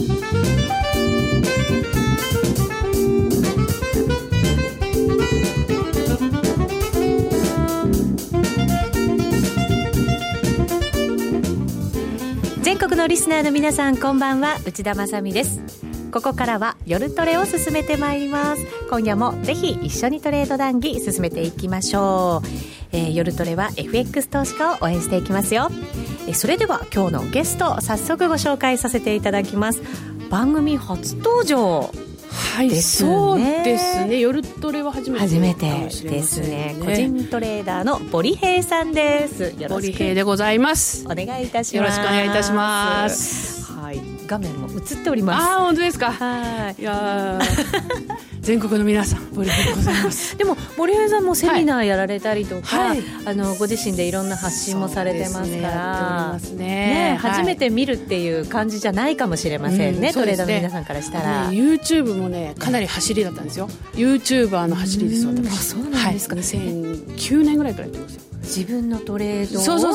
全国のリスナーの皆さん、こんばんは。内田まさみです。ここからは夜トレを進めてまいります。今夜もぜひ一緒にトレード談義進めていきましょう。夜トレは FX 投資家を応援していきますよ。それでは今日のゲスト、早速ご紹介させていただきます。番組初登場ですね。 そうですね。夜トレは初めてですね。個人トレーダーのボリヘイさんです。よろしく。 ボリヘイでございます。 お願いいたします。 よろしくお願いいたします。 はい、画面も映っております。 本当ですか。 はい。 いや全国の皆さん、ボリヘイでございます。 でもボリヘイさんもセミナーやられたりとか、 はい、 ご自身でいろんな発信もされてますから、 ね、 初めて見るっていう感じじゃないかもしれませんね、トレーダーの皆さんからしたら。 YouTube もね、かなり走りだったんですよ。YouTuber の走りです。私。 そうなんですか。 2009年ぐらいからやってますよ。 自分のトレードをそう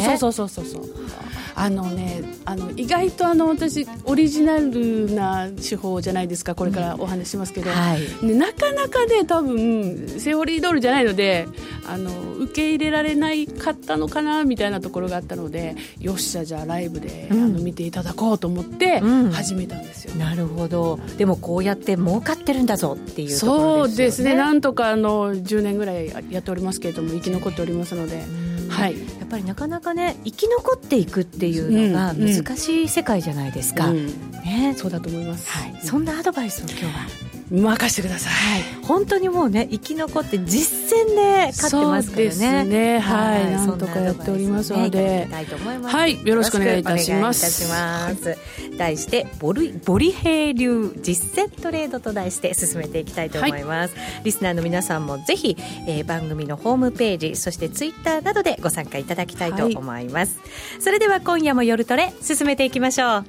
意外と私オリジナルな手法じゃないですか。これからお話しますけど、なかなかね、多分セオリー通りじゃないので受け入れられないかったのかなみたいなところがあったので、よっしゃ、じゃあライブで、見ていただこうと思って始めたんですよ。 なるほど。でもこうやって儲かってるんだぞっていうところですよね。 そうですね。なんとか10年ぐらいやっておりますけれども、生き残っておりますので、はい、 やっぱりなかなかね、生き残っていくっていうのが難しい世界じゃないですか、ね、 そうだと思います、 そんなアドバイスを今日は任せてください、 本当にもうね、生き残って実践で勝ってますからね。 そうですね、なんとかやっておりますので、よろしくお願いいたします。 題してボリヘイ流実践トレードと題して進めていきたいと思います、リスナーの皆さんもぜひ、番組のホームページ、そしてツイッターなどでご参加いただきたいと思います、それでは今夜も夜トレ進めていきましょう。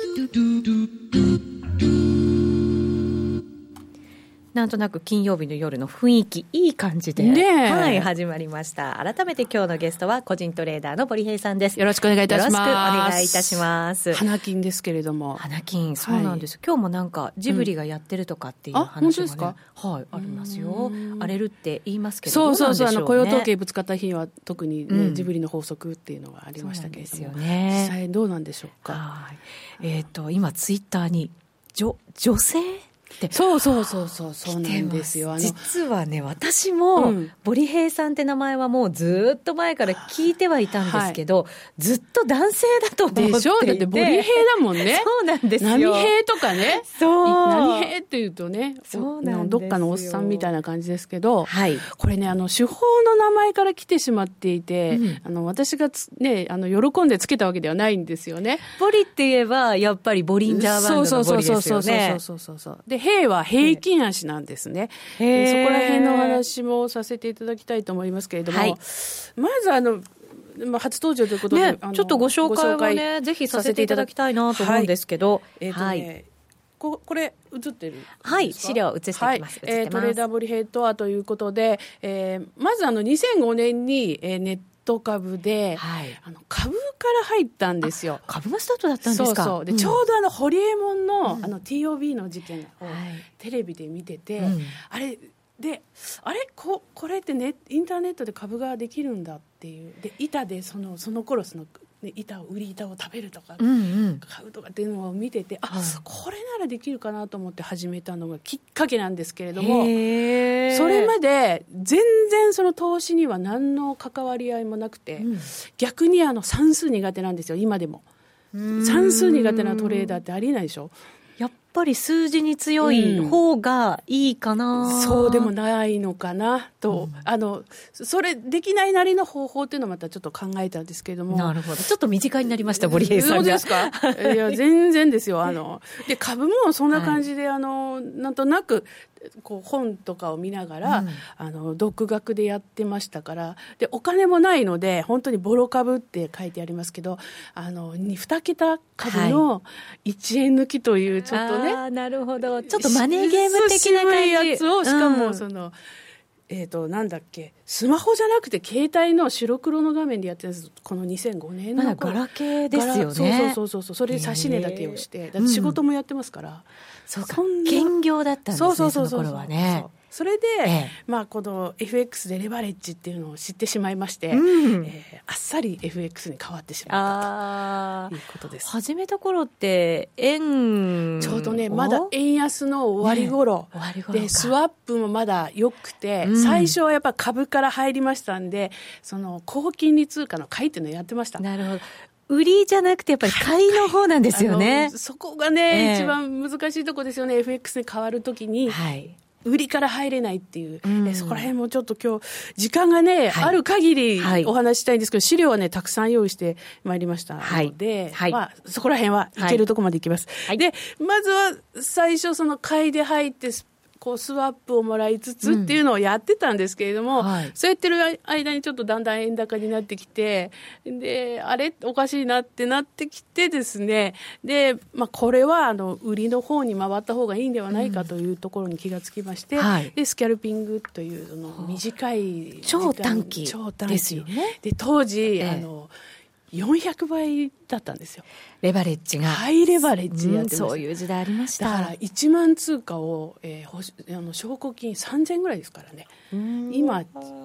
なんとなく金曜日の夜の雰囲気いい感じで、始まりました。改めて今日のゲストは個人トレーダーのボリヘイさんです。 よろしくお願いいたします。 よろしくお願いいたします。 花金ですけれども。 花金、そうなんです、今日もなんかジブリがやってるとかっていう話も、ね、 本当ですか。 ありますよ。荒れるって言いますけど、 そう、雇用統計ぶつかった日は特に、ジブリの法則っていうのがありましたけれども、実際どうなんでしょうか。 今ツイッターに女性そうなんですよ。 実はね、私も、ボリヘイさんって名前はもうずっと前から聞いてはいたんですけど、ずっと男性だと思っていて。 でしょ。だってボリヘイだもんね。 そうなんですよ。 波ヘイとかね。 波ヘイっていうとね、 どっかのおっさんみたいな感じですけど、これね、手法の名前から来てしまっていて、私がね、喜んでつけたわけではないんですよね。 ボリって言えばやっぱりボリンジャーバンドのボリですよね。 そうで、平は平均足なんですね。そこら辺のお話もさせていただきたいと思いますけれども、まず初登場ということで、 ちょっとご紹介をね、ぜひさせていただきたいなと思うんですけど、 これ映ってるんですか。 資料映してきます。 トレーダーボリヘイとはということで、まず2005年にネット株で、株から入ったんですよ。 株がスタートだったんですか。 でちょうどホリエモンの、TOB の事件をテレビで見てて、あれこれってね、インターネットで株ができるんだっていう。で板でその頃売り板を食べるとか、買うとかっていうのを見てて、これならできるかなと思って始めたのがきっかけなんですけれども、それまで全然その投資には何の関わり合いもなくて、逆に算数苦手なんですよ。今でも算数苦手なトレーダーってありえないでしょ。 やっぱり数字に強い方がいいかな、 そうでもないのかなと、それできないなりの方法っていうのをまたちょっと考えたんですけれども。 なるほど。ちょっと身近になりました、ボリヘイさんが。 そうですか。いや全然ですよ。で株もそんな感じで、なんとなく本とかを見ながら、独学でやってましたから。でお金もないので本当にボロ株って書いてありますけど、2桁株の1円抜きというちょっとね、 なるほど。ちょっとマネーゲーム的な感じ。 やつを、しかもなんだっけ、スマホじゃなくて携帯の白黒の画面でやってるんです。この2005年のまだガラケーですよね。 そうそれで指し値だけをして、だって仕事もやってますから、 そうか、兼業だったんですね、その頃はね。 それで、この FX でレバレッジっていうのを知ってしまいまして、あっさり FX に変わってしまったということです。 始めた頃ってちょうどね、まだ円安の終わり頃、でスワップもまだ良くて、最初はやっぱ株から入りましたんで、その高金利通貨の買いっていうのをやってました。 なるほど。売りじゃなくてやっぱり買いの方なんですよね。 そこがね、一番難しいとこですよね。 FX に変わるときに、売りから入れないっていう、そこら辺もちょっと今日時間がね、ある限りお話したいんですけど、資料はねたくさん用意してまいりましたので、そこら辺はいけるとこまでいきます。でまずは最初その買いで入ってこうスワップをもらいつつっていうのをやってたんですけれども、そうやってる間にちょっとだんだん円高になってきて、であれおかしいなってなってきてですね、で、これは売りの方に回った方がいいんではないかというところに気がつきまして、でスキャルピングというその短い超短期ですよね。 で当時、400倍だったんですよ、 レバレッジが。 ハイレバレッジやってました。 そういう時代ありました。 だから1万通貨を、証拠金3000ぐらいですからね。今で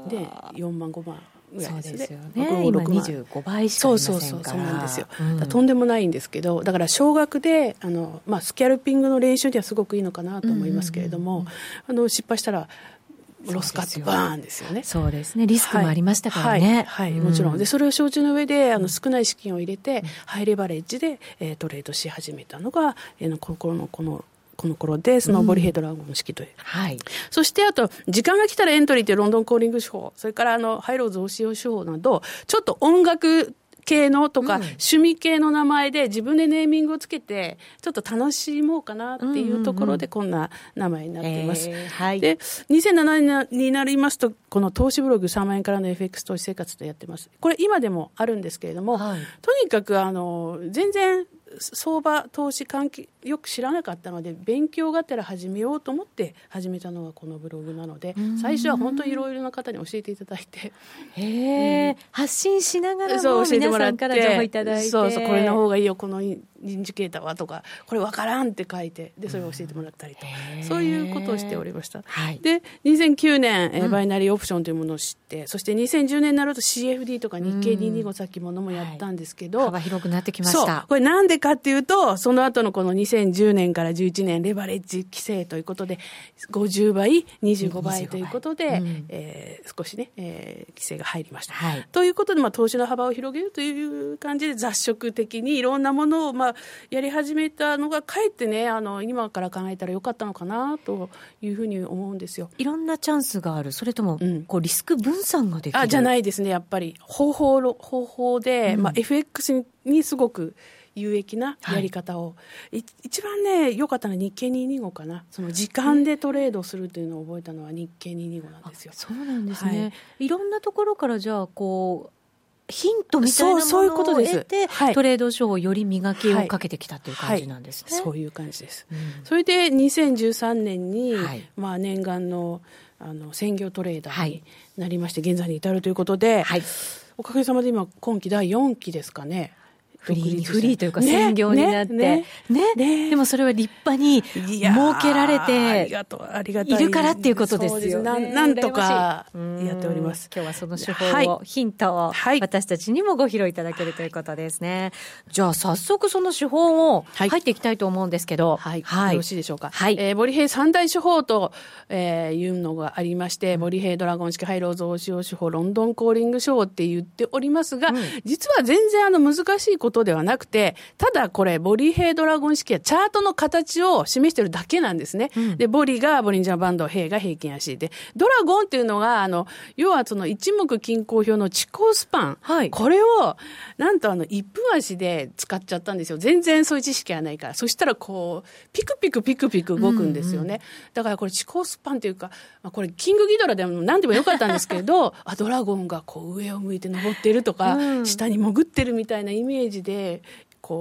4万5万ぐらいですね。そうですよね。 今25倍しかありませんから。 そうなんですよ。とんでもないんですけど、だから少額でスキャルピングの練習にはすごくいいのかなと思いますけれども、失敗したらロスカットバーンですよね。 そうですね。リスクもありましたからね。 もちろん。でそれを承知の上で少ない資金を入れて、ハイレバレッジで、トレードし始めたのがこの頃で、そのボリヘイドラゴン式という、そしてあと時間が来たらエントリーというロンドンコーリング手法、それからハイロー増資用手法など、ちょっと音楽系のとか、趣味系の名前で自分でネーミングをつけてちょっと楽しもうかなっていうところでこんな名前になっています。で2007年になりますと、この投資ブログ3万円からの FX 投資生活とやってます。これ今でもあるんですけれども、とにかく全然相場投資関係よく知らなかったので、勉強がてら始めようと思って始めたのがこのブログなので、最初は本当にいろいろな方に教えていただいて、 発信しながらも皆さんから情報いただいて、 これの方がいいよ、このインジケーターはとか、これ分からんって書いて、でそれを教えてもらったりと、そういうことをしておりました。で2009年、バイナリーオプションというものを知って、そして2010年になると CFD とか日経225、さっきものもやったんですけど、 幅広くなってきました。 これなんでかっていうと、その後のこの2010年から11年レバレッジ規制ということで50倍25倍ということで、少しね、規制が入りました、ということで、投資の幅を広げるという感じで雑食的にいろんなものをやり始めたのが、かえってね、今から考えたらよかったのかなというふうに思うんですよ。 いろんなチャンスがある。それとも、こうリスク分散ができる。 じゃないですね。やっぱり方法で、FX にすごく有益なやり方を、一番ね良かったのは日経225かな。その時間でトレードするというのを覚えたのは日経225なんですよ。 そうなんですね、いろんなところからじゃあこうヒントみたいなものを得て、トレード手法をより磨きをかけてきたという感じなんですね。 そういう感じです、それで2013年に、念願の専業トレーダーになりまして、現在に至るということで、おかげさまで今今期第4期ですかね。 フリーというか専業になってでもそれは立派に設けられているからっていうことですよね。 なんとかやっております。 今日はその手法を、ヒントを私たちにもご披露いただけるということですね。じゃあ早速その手法を入っていきたいと思うんですけど、 よろしいでしょうか。ボリヘイ三大手法というのがありまして、ボリヘイドラゴン式ハイロー増資用手法、ロンドンコーリング手法って言っておりますが、実は全然難しいことではなくて、ただこれボリヘイドラゴン式はチャートの形を示しているだけなんですね、でボリがボリンジャーバンド、ヘイが平均足で、ドラゴンっていうのが要はその一目均衡表の遅行スパン、これをなんと1分足で使っちゃったんですよ。全然そういう知識はないから。そしたらこうピクピクピクピク動くんですよね、だからこれ遅行スパンっていうか、これキングギドラでも何でもよかったんですけどドラゴンがこう上を向いて登ってるとか、下に潜ってるみたいなイメージでこう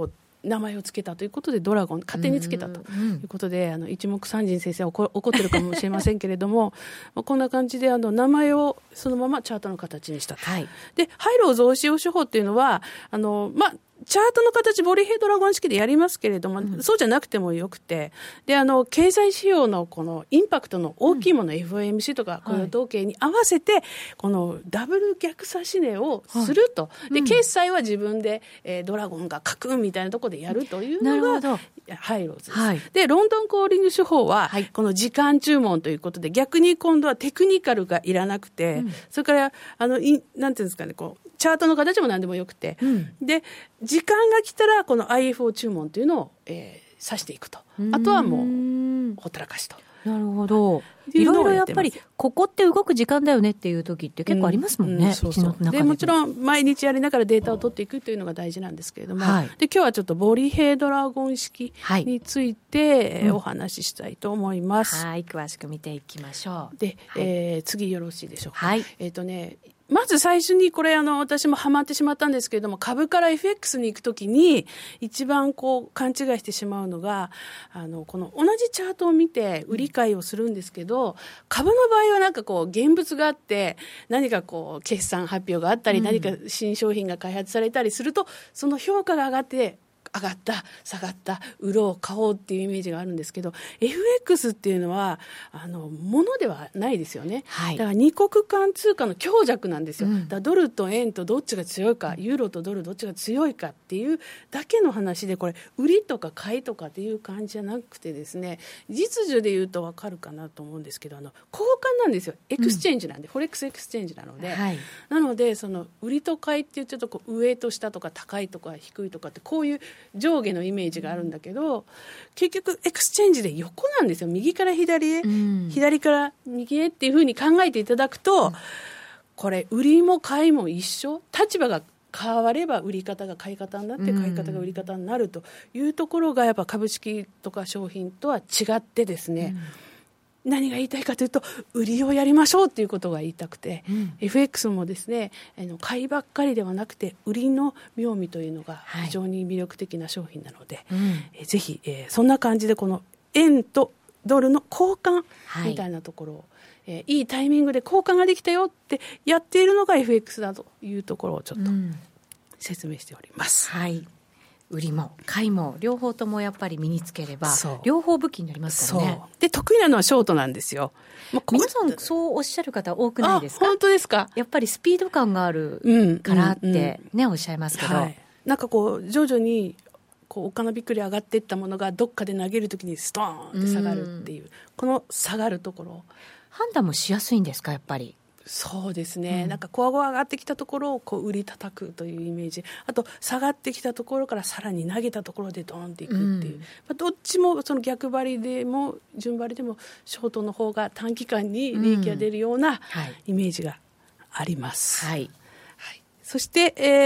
名前をつけたということでドラゴン勝手につけたということで、一目散人先生は怒ってるかもしれませんけれどもこんな感じで名前をそのままチャートの形にしたと、はい、で廃炉増資用手法っていうのはチャートの形ボリヘイドラゴン式でやりますけれども、そうじゃなくてもよくて、で経済指標のこのインパクトの大きいもの、FOMC とか雇用統計に合わせて、このダブル逆差し値をすると、で決済は自分で、ドラゴンがカクンみたいなところでやるというのがハイローズです、はい、でロンドンコーリング手法は、はい、この時間注文ということで逆に今度はテクニカルがいらなくて、それからなんていうんですかね、こうチャートの形も何でもよくて、で時間が来たらこの IFO 注文というのを、指していくと、あとはもうほったらかしと。 なるほど。いろいろやっぱりここって動く時間だよねっていう時って結構ありますもんね。 そうそうでもちろん毎日やりながらデータを取っていくというのが大事なんですけれども、はい、で今日はちょっとボリヘイドラゴン式について、お話ししたいと思います。 はい、詳しく見ていきましょう。 で、次よろしいでしょうか。 はい、 まず最初にこれ私もハマってしまったんですけれども、株から FX に行くときに一番こう勘違いしてしまうのがこの同じチャートを見て売り買いをするんですけど、株の場合はなんかこう現物があって何かこう決算発表があったり、何か新商品が開発されたりするとその評価が上がって上がった下がった売ろう買おうっていうイメージがあるんですけど、 FX っていうのはものではないですよね、はい、だから二国間通貨の強弱なんですよ、だからドルと円とどっちが強いか、ユーロとドルどっちが強いかっていうだけの話で、これ売りとか買いとかっていう感じじゃなくてですね、実需で言うと分かるかなと思うんですけど、交換なんですよ。エクスチェンジなんで、フォレックスエクスチェンジなので、はい、なのでその売りと買いっていうちょっとこう上と下とか高いとか低いとかってこういう上下のイメージがあるんだけど、結局エクスチェンジで横なんですよ。右から左へ、左から右へっていうふうに考えていただくと、これ売りも買いも一緒、立場が変われば売り方が買い方になって、買い方が売り方になるというところがやっぱ株式とか商品とは違ってですね、何が言いたいかというと、売りをやりましょうということが言いたくて、FX もですね、買いばっかりではなくて売りの妙味というのが非常に魅力的な商品なので、ぜひ、そんな感じでこの円とドルの交換みたいなところを、いいタイミングで交換ができたよってやっているのが FX だというところをちょっと説明しております。 はい、売りも買いも両方ともやっぱり身につければ両方武器になりますからね。 そうで、得意なのはショートなんですよ。 皆さんそうおっしゃる方多くないですか？ 本当ですか？ やっぱりスピード感があるからってね、おっしゃいますけど、はい、 なんかこう徐々にこうおっかなびっくり上がっていったものがどっかで投げるときにストーンって下がるっていう、この下がるところ判断もしやすいんですか？やっぱりそうですね、なんかコアゴア上がってきたところをこう売り叩くというイメージ、あと下がってきたところからさらに投げたところでドーンっていくっていう、どっちもその逆張りでも順張りでもショートの方が短期間に利益が出るようなイメージがあります、はい。そして、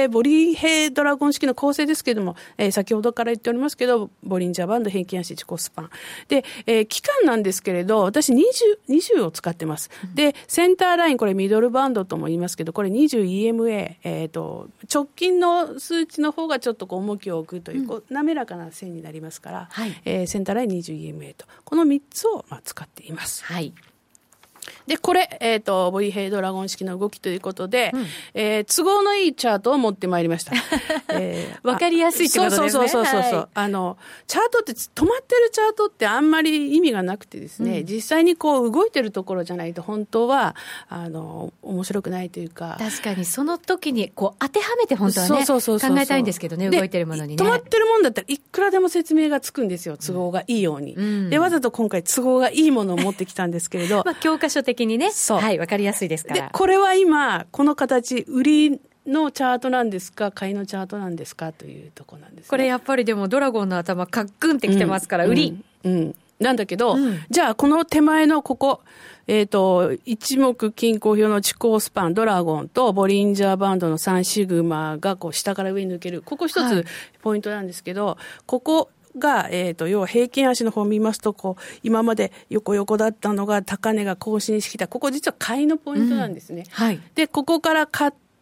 ボリヘイドラゴン式の構成ですけれども、先ほどから言っておりますけど、ボリンジャーバンド、平均足、自己スパン。で、期間なんですけれど、私20を使ってます。で、センターライン、これミドルバンドとも言いますけど、これ 20EMA、直近の数値の方がちょっとこう重きを置くという、こう滑らかな線になりますから、はい、センターライン 20EMA と、この3つを使っています。はい。で、これ、ボリヘイドラゴン式の動きということで、都合のいいチャートを持ってまいりました。 わかりやすいってことですね。 そう、はい、チャートって止まってるチャートってあんまり意味がなくてですね、実際にこう動いてるところじゃないと本当は面白くないというか。 確かにその時にこう当てはめて本当はね、考えたいんですけどね、動いてるものにね。 止まってるもんだったらいくらでも説明がつくんですよ、都合がいいように。で、わざと今回都合がいいものを持ってきたんですけれど。 教科書的にね、はい、わかりやすいですから。 で、これは今この形、売りのチャートなんですか、買いのチャートなんですかというところなんですね。 これやっぱりでもドラゴンの頭カックンってきてますから、売り、 なんだけど、じゃあこの手前のここ、一目均衡表の地高スパン、ドラゴンとボリンジャーバンドの3シグマがこう下から上に抜ける、ここ一つポイントなんですけど、ここが、要は平均足の方を見ますと、こう、今まで横だったのが高値が更新してきた。ここ実は買いのポイントなんですね。はい。で、ここから買って、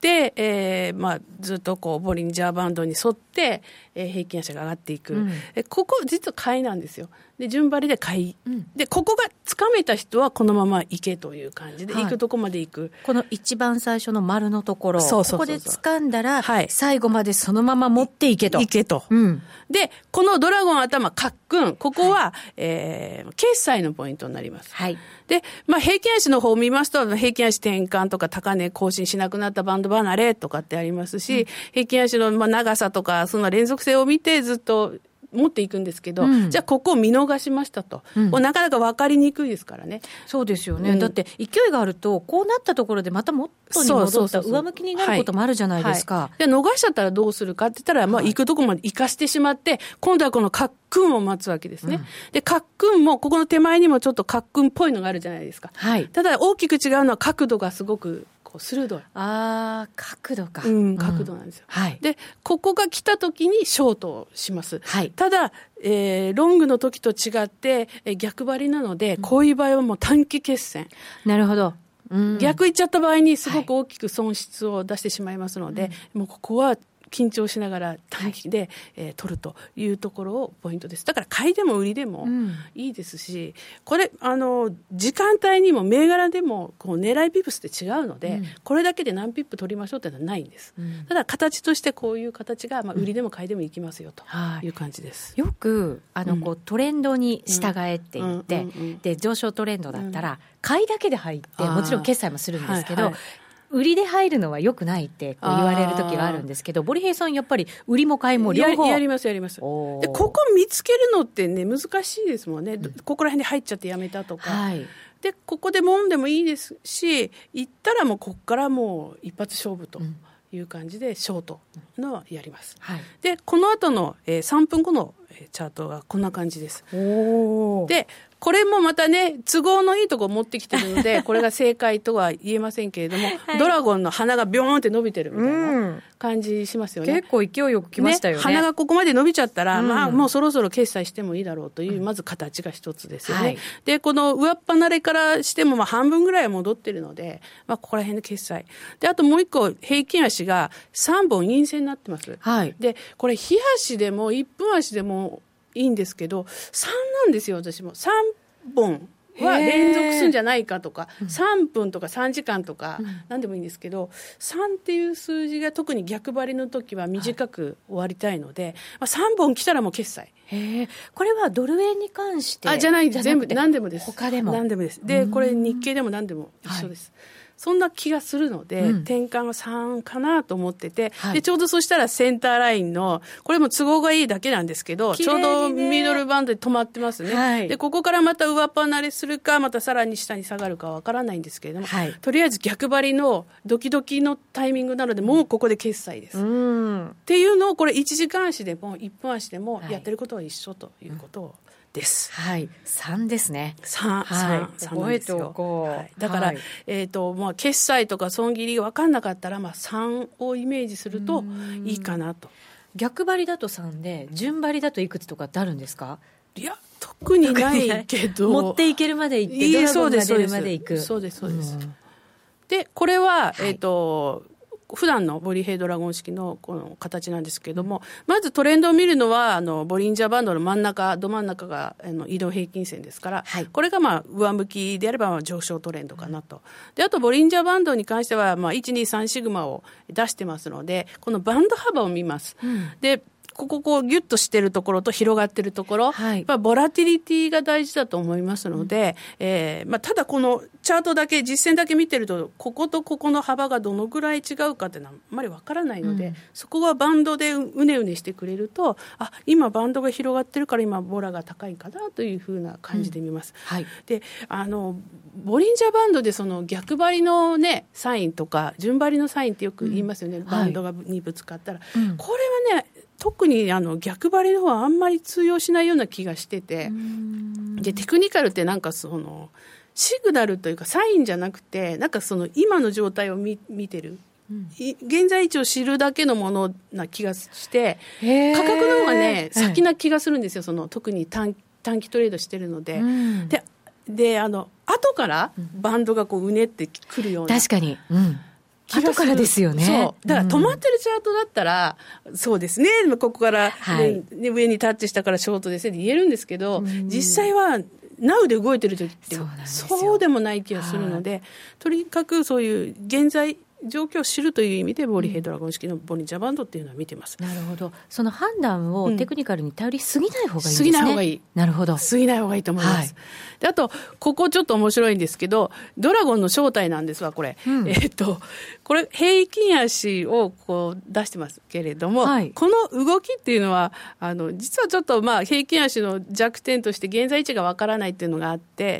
で、ずっとこうボリンジャーバンドに沿って、平均足が上がっていく、ここ実は買いなんですよ。で順張りで買い、でここがつかめた人はこのまま行けという感じで、行くとこまで行く。 この一番最初の丸のところ、 そうここで掴んだら、最後までそのまま持っていけと。 でこのドラゴン頭カックン、ここは、決済のポイントになります。で、平均足の方を見ますと、平均足転換とか高値更新しなくなったバンド離れとかってありますし、平均足の長さとかその連続性を見てずっと持っていくんですけど、じゃあここを見逃しましたと、なかなか分かりにくいですからね。 そうですよね、だって勢いがあるとこうなったところでまた元に戻った上向きになることもあるじゃないですか。 で逃しちゃったらどうするかって言ったら、行くとこまで行かしてしまって今度はこのカックンを待つわけですね。でカックンもここの手前にもちょっとカックンっぽいのがあるじゃないですか。ただ大きく違うのは角度がすごく鋭い。 角度か。 角度なんですよ。で、ここが来た時にショートをします。ただ、ロングの時と違って、逆張りなので、こういう場合はもう短期決戦。 なるほど。 逆行っちゃった場合にすごく大きく損失を出してしまいますので、もうここは緊張しながら短期で、取るというところをポイントです。だから買いでも売りでもいいですし、これ時間帯にも銘柄でもこう狙いピップスって違うので、これだけで何ピップ取りましょうってのはないんです。ただ形としてこういう形が、売りでも買いでもいきますよという感じです。 よくこうトレンドに従えって言って、で上昇トレンドだったら買いだけで入ってもちろん決済もするんですけど、売りで入るのは良くないってこう言われる時があるんですけど、ボリヘイさんやっぱり売りも買いも両方やります。でここ見つけるのってね難しいですもんね。ここら辺で入っちゃってやめたとか、でここでもんでもいいですし、行ったらもうここからもう一発勝負という感じでショートのはやります。でこの後の、3分後のチャートがこんな感じです。でこれもまたね都合のいいところ持ってきてるのでこれが正解とは言えませんけれども、ドラゴンの鼻がビョーンって伸びてるみたいな感じしますよね。 結構勢いよく来ましたよね。 鼻がここまで伸びちゃったら、もうそろそろ決済してもいいだろうという、まず形が一つですよね。でこの上っ離れからしても半分ぐらいは戻ってるので、ここら辺の決済で、あともう一個平均足が3本陰線になってます。でこれ日足でも1分足でもいいんですけど3なんですよ。私も3本は連続するんじゃないかとか、3分とか3時間とか何でもいいんですけど、3っていう数字が特に逆張りの時は短く終わりたいので、3本来たらもう決済。 これはドル円に関してじゃないです。全部何でもです。 他でも何でもです。でこれ日経でも何でも一緒です。そんな気がするので、転換は3かなと思ってて、でちょうどそしたらセンターラインのこれも都合がいいだけなんですけど、ちょうどミドルバンドで止まってますね。でここからまた上っ離れするかまたさらに下に下がるかわからないんですけれども、とりあえず逆張りのドキドキのタイミングなのでもうここで決済です、っていうのをこれ1時間足でも1分足でもやってることは一緒ということをです。 3ですね。 3 覚えておこう。だから、決済とか損切りが分かんなかったら、3をイメージするといいかなと。 逆張りだと3で順張りだといくつとかってあるんですか？ いや特にないけど持っていけるまで行ってドラゴンが出るまで行く。 そうです。でこれは、普段のボリヘイドラゴン式のこの形なんですけれども、まずトレンドを見るのはボリンジャーバンドの真ん中ど真ん中が移動平均線ですから、これが上向きであれば上昇トレンドかなと。であとボリンジャーバンドに関しては123シグマを出してますので、このバンド幅を見ます。でこうギュッとしてるところと広がってるところ、ボラティリティが大事だと思いますので、ただこのチャートだけ実線だけ見てるとこことここの幅がどのぐらい違うかっていうのはあんまりわからないので、そこはバンドでうねうねしてくれると、今バンドが広がってるから今ボラが高いかなというふうな感じで見ます。でボリンジャーバンドでその逆張りのねサインとか順張りのサインってよく言いますよね。バンドにぶつかったら、これはね特に逆張りの方はあんまり通用しないような気がしてて、でテクニカルってなんかそのシグナルというかサインじゃなくて、なんかその今の状態を見てる、現在位置を知るだけのものな気がして、価格の方がね先な気がするんですよ。その特に短期トレードしてるので、で後からバンドがこううねってくるような、 確かに、 後からですよね。 そうだから止まってるチャートだったら、そうですね、ここから、ね、上にタッチしたからショートですねって言えるんですけど、実際はナウで動いてる時ってそうでもない気がするので、とにかくそういう現在状況を知るという意味でボリヘイドラゴン式のボリンジャーバンドっていうのは見てます。 なるほど。その判断をテクニカルに頼りすぎない方がいいですね。 過ぎない方がいい。 なるほど。 過ぎない方がいいと思います。で、あとここちょっと面白いんですけど、ドラゴンの正体なんですわこれ。これ平均足をこう出してますけれども、この動きっていうのは実はちょっと平均足の弱点として現在位置がわからないっていうのがあって、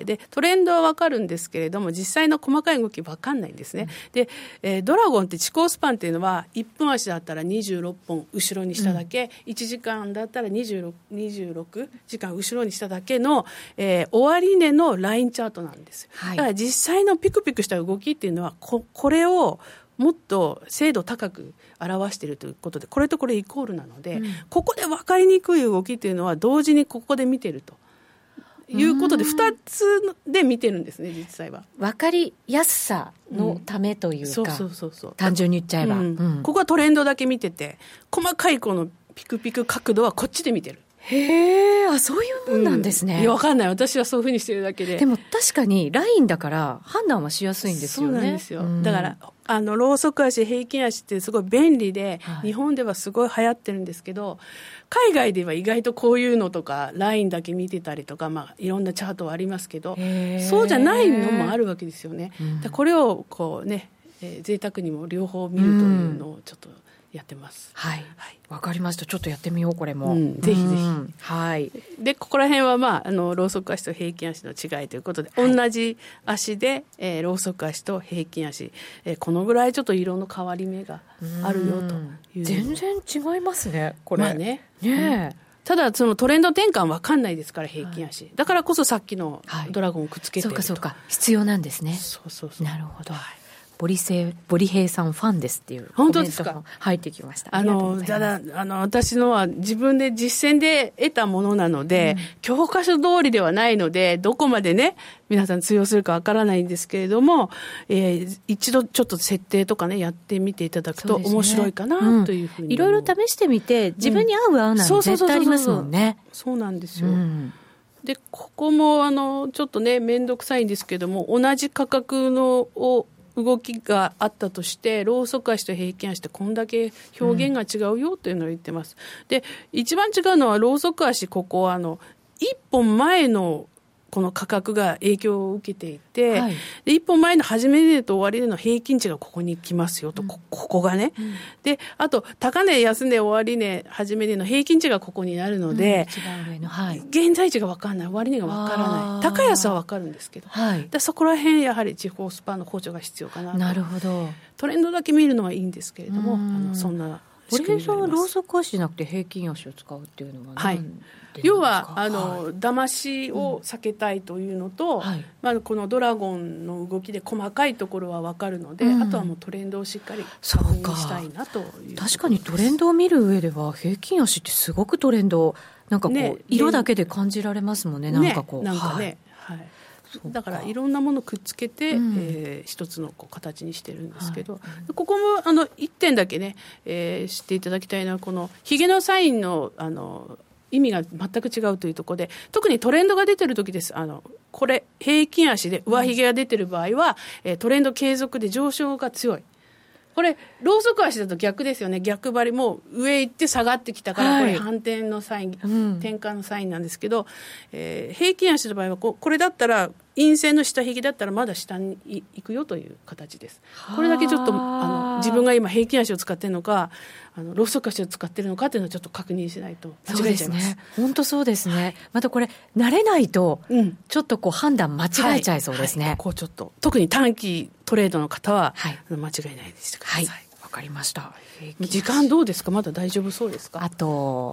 でトレンドはわかるんですけれども実際の細かい動きわかんないんですね。で、ドラゴンって遅行スパンっていうのは1分足だったら26本後ろにしただけ、1時間だったら26時間後ろにしただけの、終値のラインチャートなんです。だから実際のピクピクした動きっていうのはこれをもっと精度高く表しているということで、これとこれイコールなので、ここで分かりにくい動きっていうのは同時にここで見てるということで2つで見てるんですね。実際は分かりやすさのためというか、単純に言っちゃえば、 ここはトレンドだけ見てて、細かいこのピクピク角度はこっちで見てる。 へー、そういうもんなんですね。 いや分かんない、私はそういうふうにしてるだけで。 でも確かにラインだから判断はしやすいんですよね。 そうなんですよ、だからローソク足平均足ってすごい便利で、日本ではすごい流行ってるんですけど、海外では意外とこういうのとかラインだけ見てたりとか、いろんなチャートはありますけど、そうじゃないのもあるわけですよね。これをこうね、贅沢にも両方見るというのをちょっとやってます。 わかりました。ちょっとやってみようこれも、 ぜひぜひ。でここら辺はローソク足と平均足の違いということで、同じ足で、ローソク足と平均足、このぐらいちょっと色の変わり目があるよという。 全然違いますねこれ。 ただそのトレンド転換分かんないですから平均足、だからこそさっきのドラゴンをくっつけていると。 そうか必要なんですね。なるほど。ボリヘイさんファンですっていうコメントが入ってきました。 私のは自分で実践で得たものなので、教科書通りではないのでどこまでね皆さん通用するかわからないんですけれども、一度ちょっと設定とかねやってみていただくと面白いかなというふうに、 いろいろ試してみて自分に合う合うなんて絶対ありますもんね。 そうなんですよ。でここもちょっとね面倒くさいんですけども、同じ価格の動きがあったとして、ローソク足と平均足ってこんだけ表現が違うよというのを言ってます。で一番違うのはローソク足、ここは1本前のこの価格が影響を受けていて、で1本前の始め値と終値の平均値がここに来ますよと、ここがね、であと高値安値終値始め値の平均値がここになるので、現在地が分からない、終値が分からない、高安は分かるんですけど、でそこら辺やはり地方スパの補助が必要かなと。 なるほど。 トレンドだけ見るのはいいんですけれども、そんなボリヘイさんはローソク足じゃなくて平均足を使うっていうのは要は騙しを避けたいというのと、このドラゴンの動きで細かいところは分かるので、あとはもうトレンドをしっかり確認したいなという。 確かにトレンドを見る上では平均足ってすごくトレンドなんかこう、色だけで感じられますもんね。なんかこうだからいろんなものをくっつけて、一つの形にしてるんですけど、ここも1点だけね、知っていただきたいのは、このヒゲのサインの意味が全く違うというところで、特にトレンドが出てる時です。これ平均足で上髭が出てる場合は、トレンド継続で上昇が強い。これローソク足だと逆ですよね。逆張り、もう上行って下がってきたから、これ反転のサイン、転換のサインなんですけど、平均足の場合はこれだったら陰線の下髭だったらまだ下に行くよという形です。これだけちょっと自分が今平均足を使っているのかローソク足を使っているのかというのをちょっと確認しないと間違えちゃいます。 本当そうですね。またこれ慣れないとちょっとこう判断間違えちゃいそうですね。 こうちょっと特に短期トレードの方は間違いないでしてください。 わかりました。 時間どうですか？まだ大丈夫そうですか？ あと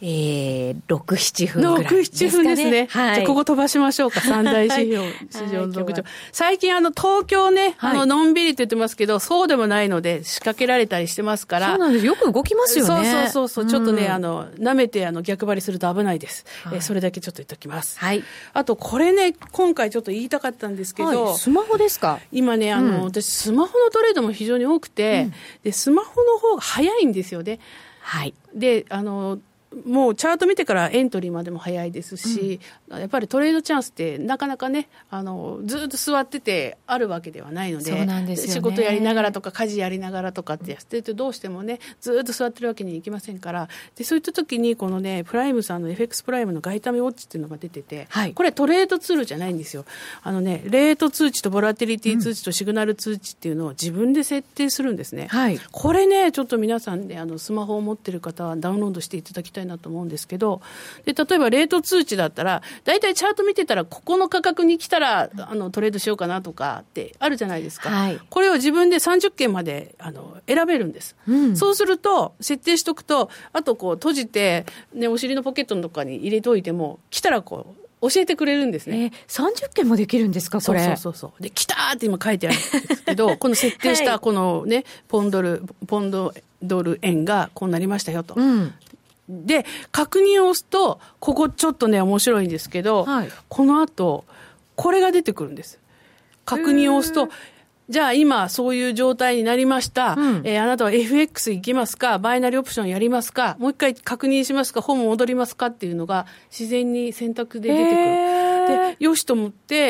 6、7分ぐらいですかね。 6、7分ですね。 はい、 じゃあここ飛ばしましょうか。三大指標、市場の特徴。最近東京ね、のんびりって言ってますけど、そうでもないので仕掛けられたりしてますから。 そうなんです。よく動きますよね。 そう。ちょっとね、舐めて逆張りすると危ないです。それだけちょっと言っておきます。 はい。 あと、これね、今回ちょっと言いたかったんですけど。 スマホですか？ 今ね、私、スマホのトレードも非常に多くて、で、スマホの方が早いんですよね。 はい。 で、もうチャート見てからエントリーまでも早いですし、やっぱりトレードチャンスってなかなかね、ずっと座っててあるわけではないので、 そうなんですよね、 仕事やりながらとか家事やりながらとかってやってるとどうしてもね、ずっと座ってるわけにいきませんから、でそういった時にこのね、プライムさんの FX プライムの外為ウォッチっていうのが出てて、はい、これトレードツールじゃないんですよ。レート通知とボラティリティ通知とシグナル通知っていうのを自分で設定するんですね。はい、これね、ちょっと皆さんね、スマホを持ってる方はダウンロードしていただきたいなと思うんですけど、で例えばレート通知だったらだいたいチャート見てたらここの価格に来たらトレードしようかなとかってあるじゃないですか、はい、これを自分で30件まで選べるんです、そうすると設定しとくと、あとこう閉じて、ね、お尻のポケットのとかに入れておいても来たらこう教えてくれるんですね。 30件もできるんですかこれ？ そうで来たーって今書いてあるんですけどこの設定したこのね、ポンドル円がこうなりましたよと、で確認を押すとここちょっとね面白いんですけど、はい、この後これが出てくるんです。確認を押すと、じゃあ今そういう状態になりました、あなたは FX 行きますか、バイナリーオプションやりますか、もう一回確認しますか、ホーム戻りますかっていうのが自然に選択で出てくる。でよしと思って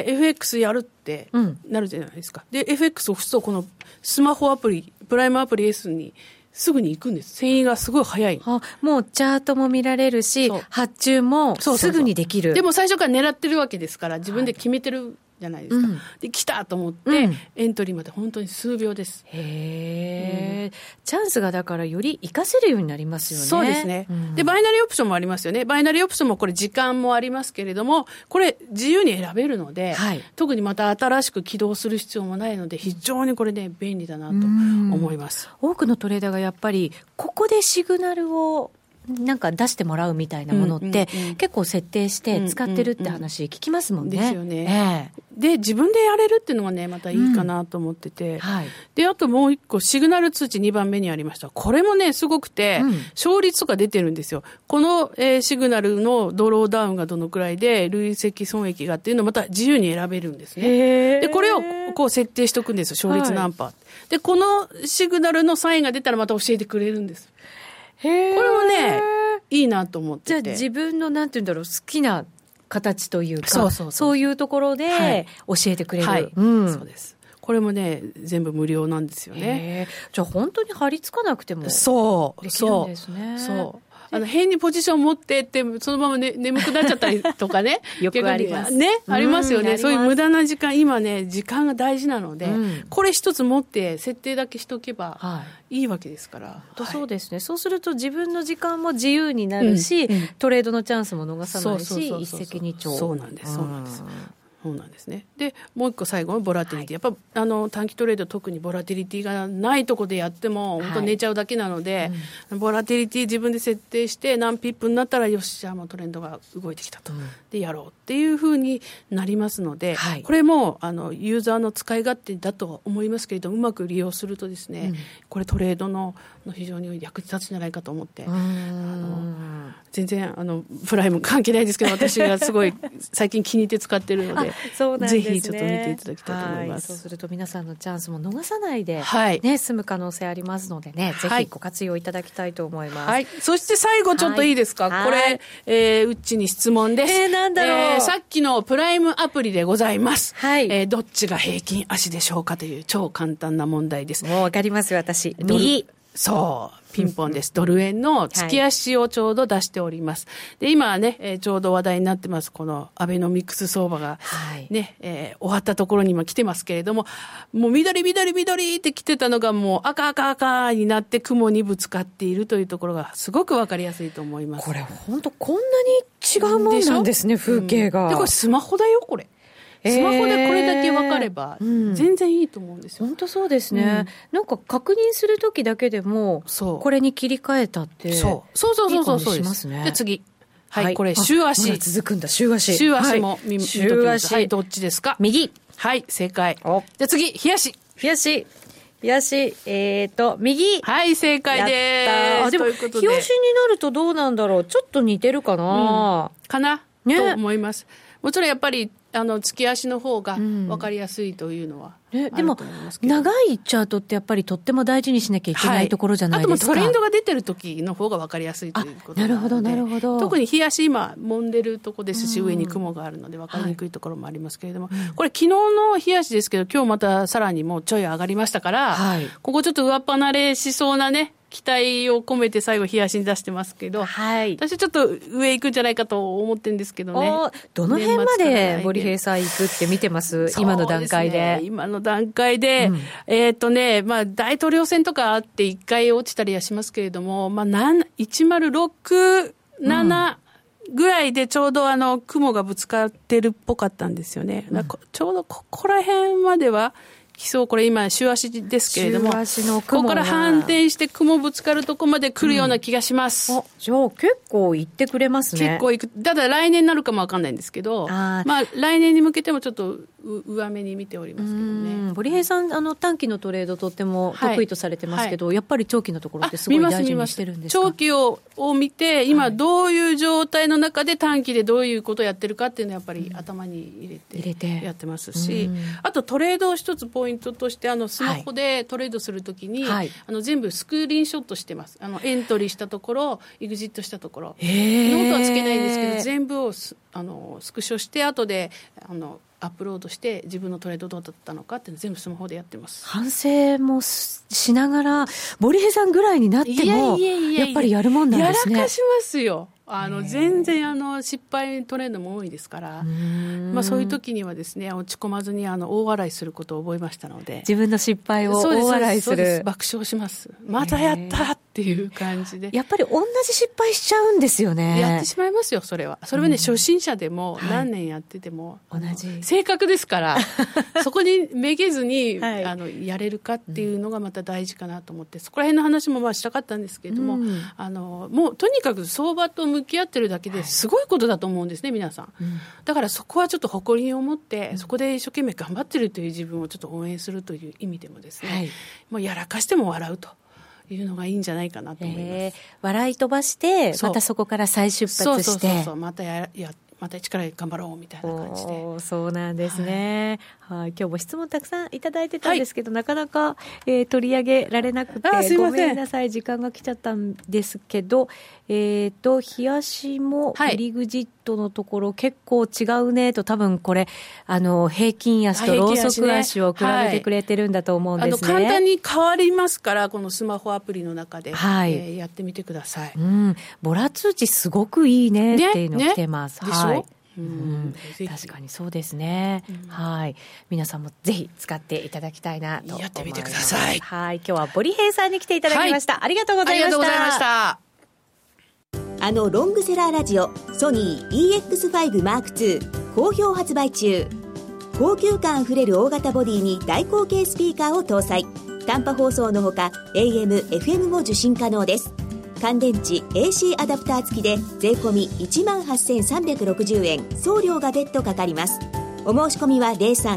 FX やるってなるじゃないですか、で FX を押すとこのスマホアプリプライムアプリ S にすぐに行くんです。遷移がすごい早い。 もうチャートも見られるし、発注もすぐにできる。 でも最初から狙ってるわけですから自分で決めてるじゃないですか、で来たと思って、エントリーまで本当に数秒です。 へー、チャンスがだからより活かせるようになりますよね。 そうですね、でバイナリーオプションもありますよね。バイナリーオプションもこれ時間もありますけれども、これ自由に選べるので、はい、特にまた新しく起動する必要もないので非常にこれね便利だなと思います。 多くのトレーダーがやっぱりここでシグナルをなんか出してもらうみたいなものって、結構設定して使ってるって話聞きますもんね。 ですよね、で自分でやれるっていうのがねまたいいかなと思ってて、はい、であともう一個シグナル通知2番目にありました。これもねすごくて、勝率とか出てるんですよ。この、シグナルのドローダウンがどのくらいで累積損益がっていうのをまた自由に選べるんですね。でこれをこう設定しておくんですよ、勝率何パー、でこのシグナルのサインが出たらまた教えてくれるんです。これもねいいなと思ってて、 じゃあ自分のなんていうんだろう、好きな形というか、そういうところで教えてくれる、はいそうです。これもね全部無料なんですよね。 じゃあ本当に張り付かなくてもできるんですね。 変にポジション持ってってそのまま、眠くなっちゃったりとかねよくありますね、ありますよね。そういう無駄な時間、今ね時間が大事なので、これ一つ持って設定だけしとけばいいわけですから、 そうですね。そうすると自分の時間も自由になるし、トレードのチャンスも逃さないし、一石二鳥。 そうなんですそうなんですね。でもう一個最後のボラティリティ、やっぱ短期トレード特にボラティリティがないとこでやっても本当寝ちゃうだけなので、ボラティリティ自分で設定して何ピップになったらよしじゃあもうトレンドが動いてきたと、でやろうっていう風になりますので、これもユーザーの使い勝手だと思いますけれども、うまく利用するとですね、これトレードの非常に役立つんじゃないかと思って、全然プライム関係ないですけど私がすごい最近気に入って使ってるのでそうなんですね、 ぜひちょっと見ていただきたいと思います。 そうすると皆さんのチャンスも逃さないで、済む可能性ありますのでね、ぜひご活用いただきたいと思います。 そして最後ちょっといいですか、これ、うっちに質問です。 なんだろう、 さっきのプライムアプリでございます、どっちが平均足でしょうかという超簡単な問題です。 もうわかります私、右。 そうピンポンです。ドル円の月足をちょうど出しております。で今はね、ちょうど話題になってますこのアベノミクス相場がね、終わったところに今来てますけれども、もう緑って来てたのがもう赤になって雲にぶつかっているというところがすごくわかりやすいと思います。 これ本当こんなに違うもんなんですね、風景が。 でこれスマホだよこれ。 スマホでこれだけ分かれば全然いいと思うんですよ。 本当そうですね、なんか確認するときだけでもこれに切り替えたってそうしますね。で次、はい、これ週足、 まだ続くんだ。週足も見ときます。はい、どっちですか？ 右。 はい、正解。じゃ次、日足、右。はい、正解です。 でも日足になるとどうなんだろう。ちょっと似てるかな、 かな、ね、と思います。もちろんやっぱり月足の方が分かりやすいというのはあると思いますけど、 長いチャートってやっぱりとっても大事にしなきゃいけないところじゃないですか。 あともトレンドが出てる時の方が分かりやすいということなので、 なるほど。 特に日足今揉んでるとこですし、上に雲があるので分かりにくいところもありますけれども、これ昨日の日足ですけど、今日またさらにもうちょい上がりましたから、ここちょっと上っ離れしそうなね、期待を込めて最後日足に出してますけど、私ちょっと上行くんじゃないかと思ってるんですけどね。 どの辺まで森平さん行くって見てます？今の段階で。 今の段階で、まあ大統領選とかあって1回落ちたりはしますけれども、まあ106、7ぐらいでちょうど雲がぶつかってるっぽかったんですよね。ちょうどここら辺までは来そう。これ今週足ですけれども、ここから反転して雲ぶつかるとこまで来るような気がします。 じゃあ結構行ってくれますね。 結構行く。ただ来年になるかもわかんないんですけど、まあ来年に向けてもちょっと上目に見ておりますけどね。 堀平さん短期のトレードとっても得意とされてますけど、やっぱり長期のところってすごい大事にしてるんですか？ 長期を見て今どういう状態の中で短期でどういうことをやってるかっていうのはやっぱり頭に入れてやってますし、あとトレードを一つポイントとしてスマホでトレードするときに、全部スクリーンショットしてます。エントリーしたところ、エグジットしたところ、ノートはつけないんですけど全部をスクショして後でアップロードして自分のトレードどうだったのかっていうの全部スマホでやってます。 反省もしながら森平さんぐらいになってもやっぱりやるもんなんですね。 やらかしますよ。全然失敗トレンドも多いですから、まあ、そういう時にはですね、落ち込まずに大笑いすることを覚えましたので、 自分の失敗を大笑いする。 爆笑します。またやったっていう感じで。 やっぱり同じ失敗しちゃうんですよね。 やってしまいますよ。それはね、初心者でも何年やってても、 同じ性格ですからそこにめげずに、やれるかっていうのがまた大事かなと思って、そこら辺の話もまあしたかったんですけれども、もうとにかく相場と向き合ってるだけですごいことだと思うんですね、皆さん。だからそこはちょっと誇りに思って、そこで一生懸命頑張ってるという自分をちょっと応援するという意味でもですね、もうやらかしても笑うというのがいいんじゃないかなと思います。 笑い飛ばしてまたそこから再出発して、 また一から頑張ろうみたいな感じで。 そうなんですね。今日も質問たくさんいただいてたんですけど、なかなか、取り上げられなくてごめんなさい、時間が来ちゃったんですけど、日足もリグジットのところ結構違うねと、多分これ平均足とローソク足を比べてくれてるんだと思うんですね。 簡単に変わりますから、このスマホアプリの中で、やってみてください。 ボラ通知すごくいいねっていうの来てます。 でしょ？ 確かにそうですね。皆さんもぜひ使っていただきたいなと思います。 やってみてください。 今日は堀平さんに来ていただきました。ありがとうございました。 ありがとうございました。 ロングセラーラジオソニー EX5 M2 好評発売中。高級感あふれる大型ボディに大口径スピーカーを搭載。短波放送のほか AM、FM も受信可能です。乾電池 AC アダプター付きで税込み 18,360 円、送料が別途かかります。お申し込みは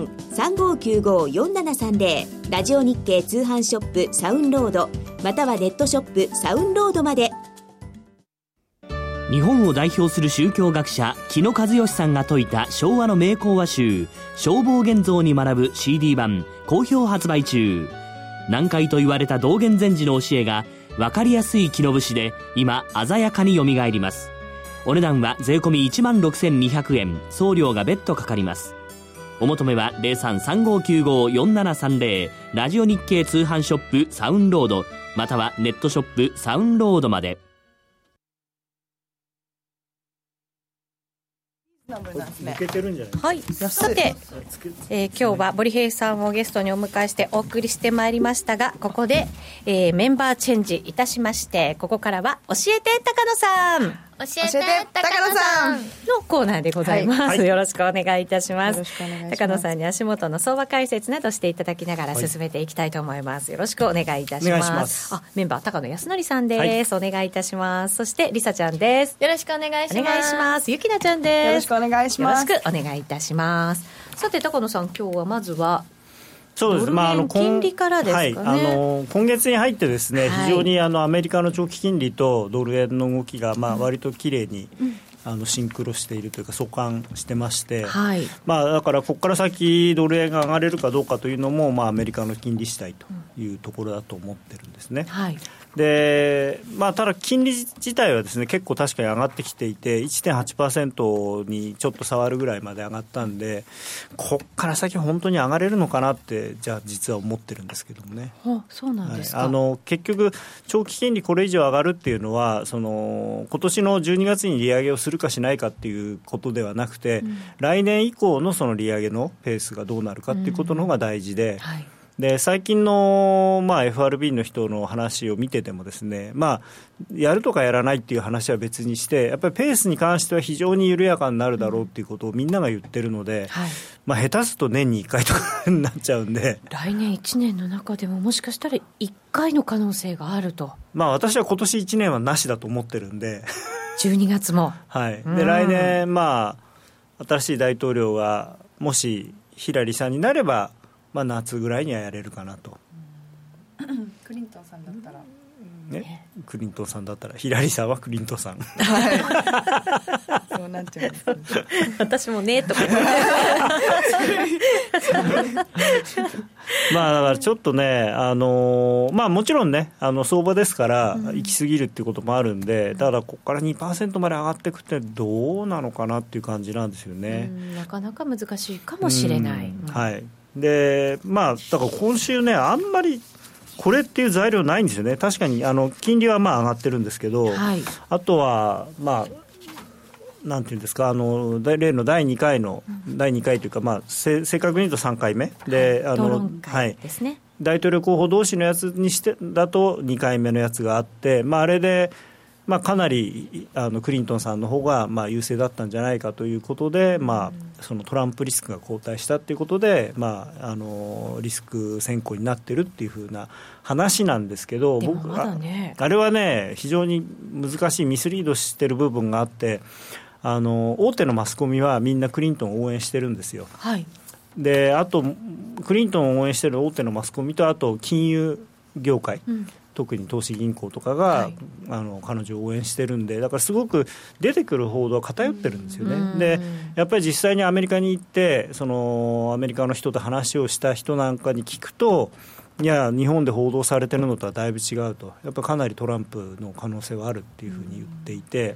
03-3595-4730 ラジオ日経通販ショップサウンロード、またはネットショップサウンロードまで。 日本を代表する宗教学者木野和義さんが説いた昭和の名講話集正法現像に学ぶ CD 版好評発売中。難解と言われた道元禅師の教えが分かりやすい木の節で今鮮やかによみがえります。お値段は税込み 16,200 円、送料が別途かかります。お求めは 03-3595-4730 ラジオ日経通販ショップサウンロード、またはネットショップサウンロードまで。 さて、今日は堀平さんをゲストにお迎えしてお送りしてまいりましたが、ここで、メンバーチェンジいたしまして、ここからは教えて高野さん。 教えて高野さんのコーナーでございます、はい、よろしくお願いいたします。 よろしくお願いします。 高野さんに足元の相場解説などしていただきながら進めていきたいと思います、はい、よろしくお願いいたします。メンバー高野康則さんです、はい、お願いいたします。そしてりさちゃんです。 よろしくお願いします。 お願いします。ゆきなちゃんです。 よろしくお願いします。 よろしくお願いいたします。さて高野さん、今日はまずはそうです、 ドル円金利からですかね。 はい、今月に入ってですね、非常にアメリカの長期金利とドル円の動きが割ときれいに、シンクロしているというか相関してまして、はい、だからここから先ドル円が上がれるかどうかというのも、アメリカの金利次第というところだと思ってるんですね、はい。でただ金利自体はですね結構確かに上がってきていて 1.8% にちょっと触るぐらいまで上がったんで、ここから先本当に上がれるのかなってじゃあ実は思ってるんですけどもね。 そうなんですか。 はい、結局長期金利これ以上上がるっていうのは今年の12月に利上げをするかしないかっていうことではなくて、来年以降のその利上げのペースがどうなるかっていうことの方が大事で、はい、で最近の、FRB の人の話を見ててもですね、やるとかやらないっていう話は別にして、やっぱりペースに関しては非常に緩やかになるだろうっていうことをみんなが言ってるので、はい、下手すると年に1回とかになっちゃうんで、 来年1年の中でももしかしたら1回の可能性があると。 私は今年1年はなしだと思ってるんで 12月も、 はい、で来年、新しい大統領がもしヒラリーさんになれば、夏ぐらいにはやれるかなと。 クリントンさんだったら、 クリントンさんだったら、ヒラリーさんはクリントンさん、 はい、そうなっちゃいます、ね、 私もねとかだからちょっとね、もちろんね相場ですから行き過ぎるっていうこともあるんで、ただここから 2% まで上がっていくってどうなのかなっていう感じなんですよね。 なかなか難しいかもしれない、 はい。でだから今週ね、あんまりこれっていう材料ないんですよね。確かに金利は上がってるんですけど、はい、あとはなんていうんですか、例の第2回というか、正確に言うと3回目で、 討論会ですね、 はい、大統領候補同士のやつにしてだと2回目のやつがあって、あれでかなりクリントンさんの方が優勢だったんじゃないかということで、そのトランプリスクが後退したということで、リスク先行になってるっていう風な話なんですけど、僕はあれはね非常に難しいミスリードしてる部分があって、大手のマスコミはみんなクリントンを応援してるんですよ、はい、であとクリントンを応援してる大手のマスコミと、あと金融業界、特に投資銀行とかが、はい、彼女を応援してるんで、だからすごく出てくる報道は偏ってるんですよね。でやっぱり実際にアメリカに行ってアメリカの人と話をした人なんかに聞くと、いや日本で報道されてるのとはだいぶ違うと、やっぱりかなりトランプの可能性はあるっていうふうに言っていて、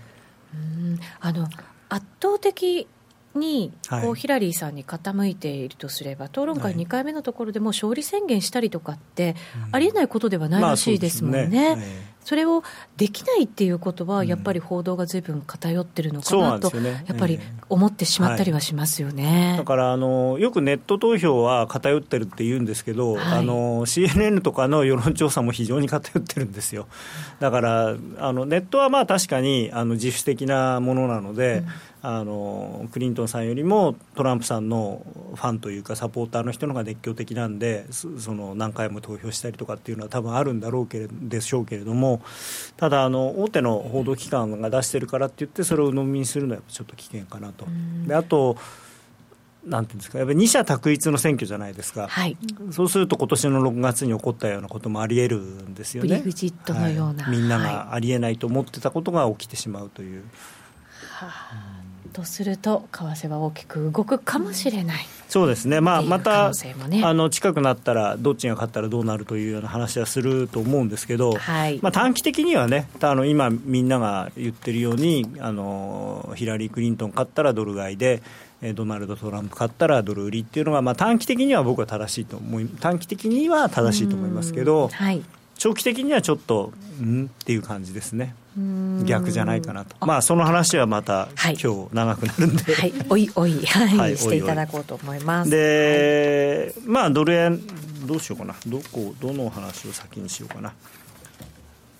圧倒的にヒラリーさんに傾いているとすれば、討論会2回目のところでもう勝利宣言したりとかってありえないことではないらしいですもんね。それをできないっていうことはやっぱり報道が随分偏ってるのかなと、やっぱり思ってしまったりはしますよね。 だからよくネット投票は偏ってるって言うんですけど、CNN とかの世論調査も非常に偏ってるんですよ。だからネットは確かに自主的なものなので、クリントンさんよりもトランプさんのファンというかサポーターの人の方が熱狂的なんで、何回も投票したりとかっていうのは多分あるんだろうでしょうけれども、ただ大手の報道機関が出してるからって言ってそれを鵜呑みにするのはちょっと危険かなと。であとなんていうんですか、やっぱり二者択一の選挙じゃないですか、はい、そうすると今年の6月に起こったようなこともあり得るんですよね。 ブリグジットのような、 みんながありえないと思ってたことが起きてしまうという、 とすると為替は大きく動くかもしれない。 そうですね、また近くなったらどっちが勝ったらどうなるというような話はすると思うんですけど、はい、短期的にはね、今みんなが言ってるようにヒラリー・クリントン勝ったらドル買いで、ドナルド・トランプ勝ったらドル売りっていうのが、短期的には僕は正しいと思いますけど、はい、長期的にはちょっとっていう感じですね。逆じゃないかなと。その話はまた、今日長くなるんで、 はい、おいおい、していただこうと思います。 で、ドル円どうしようかな、どの話を先にしようかな。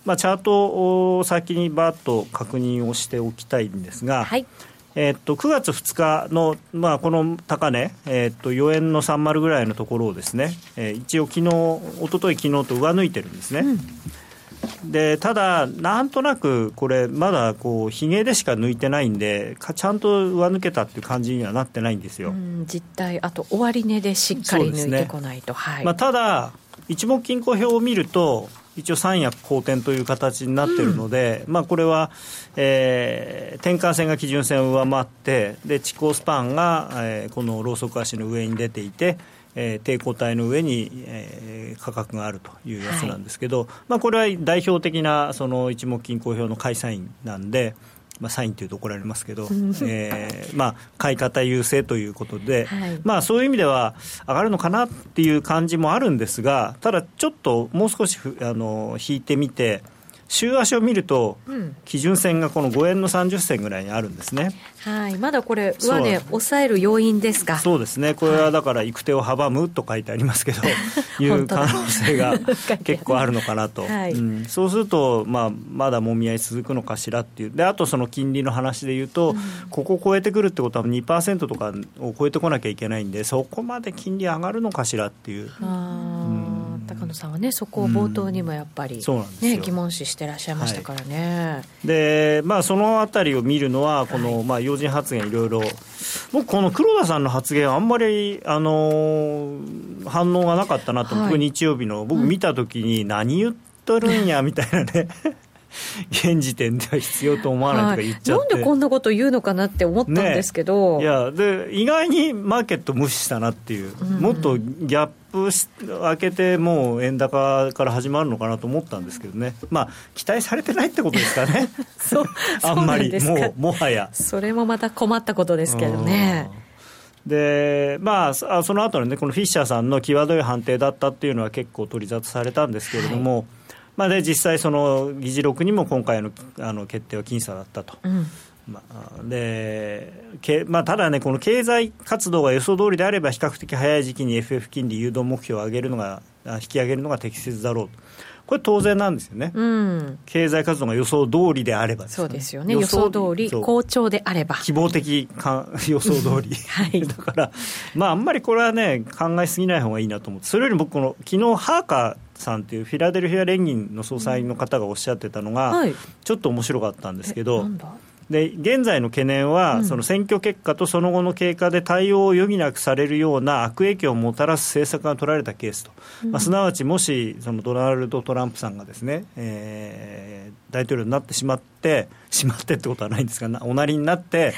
チャートを先にバーッと確認をしておきたいんですが、 はい、 9月2日の、この高値、4円の30ぐらいのところをですね、一応一昨日昨日と上抜いてるんですね、でただなんとなくこれまだこうひげでしか抜いてないんでちゃんと上抜けたっていう感じにはなってないんですよ、 実態あと終値でしっかり抜いてこないと、はい、 ただ一目均衡表を見ると一応三役好転という形になっているので、これは、転換線が基準線を上回ってで地高スパンが、このローソク足の上に出ていて、抵抗体の上に、価格があるというやつなんですけど、これは代表的なその一目均衡表の買いサインなんで、サインというと怒られますけど、買い方優勢ということで、はい、そういう意味では上がるのかなっていう感じもあるんですが、ただちょっともう少し引いてみて週足を見ると、基準線がこの5円の30銭ぐらいにあるんですね、 はい、まだこれ上値抑える要因ですか。 そうですね、これはだから行く手を阻むと書いてありますけどいう可能性が結構あるのかなと、はい、そうすると、まだもみ合い続くのかしらっていうで、あとその金利の話でいうと、ここを超えてくるってことは 2% とかを超えてこなきゃいけないんで、そこまで金利上がるのかしらっていう。 高野さんはね、そこを冒頭にもやっぱり、疑問視してらっしゃいましたからね、はい、でそのあたりを見るのはこの、要人発言いろいろ、僕この黒田さんの発言あんまり、反応がなかったなと、僕日曜日の僕見た時に何言っとるんやみたいなね現時点では必要と思わないとか言っちゃって、 なんでこんなこと言うのかなって思ったんですけど、 いやで意外にマーケット無視したなっていう、もっとギャップ開けてもう円高から始まるのかなと思ったんですけどね、期待されてないってことですかねあんまりもはやそれもまた困ったことですけどね。 でその後のね、このフィッシャーさんの際どい判定だったっていうのは結構取り沙汰されたんですけれども、で実際その議事録にも今回の決定は僅差だったと、ただね、この経済活動が予想通りであれば比較的早い時期に FF 金利誘導目標を引き上げるのが適切だろうと、これ当然なんですよね、経済活動が予想通りであればですね、 そうですよね、予想通り好調であれば希望的予想通り、だからあんまりこれはね考えすぎない方がいいなと思って、それより僕昨日ハーカーさんっていうフィラデルフィア連銀の総裁の方がおっしゃってたのが、ちょっと面白かったんですけど、で現在の懸念は、その選挙結果とその後の経過で対応を余儀なくされるような悪影響をもたらす政策が取られたケースと、すなわちもしそのドナルド・トランプさんがですね、大統領になってしまってってことはないんですが、おなりになって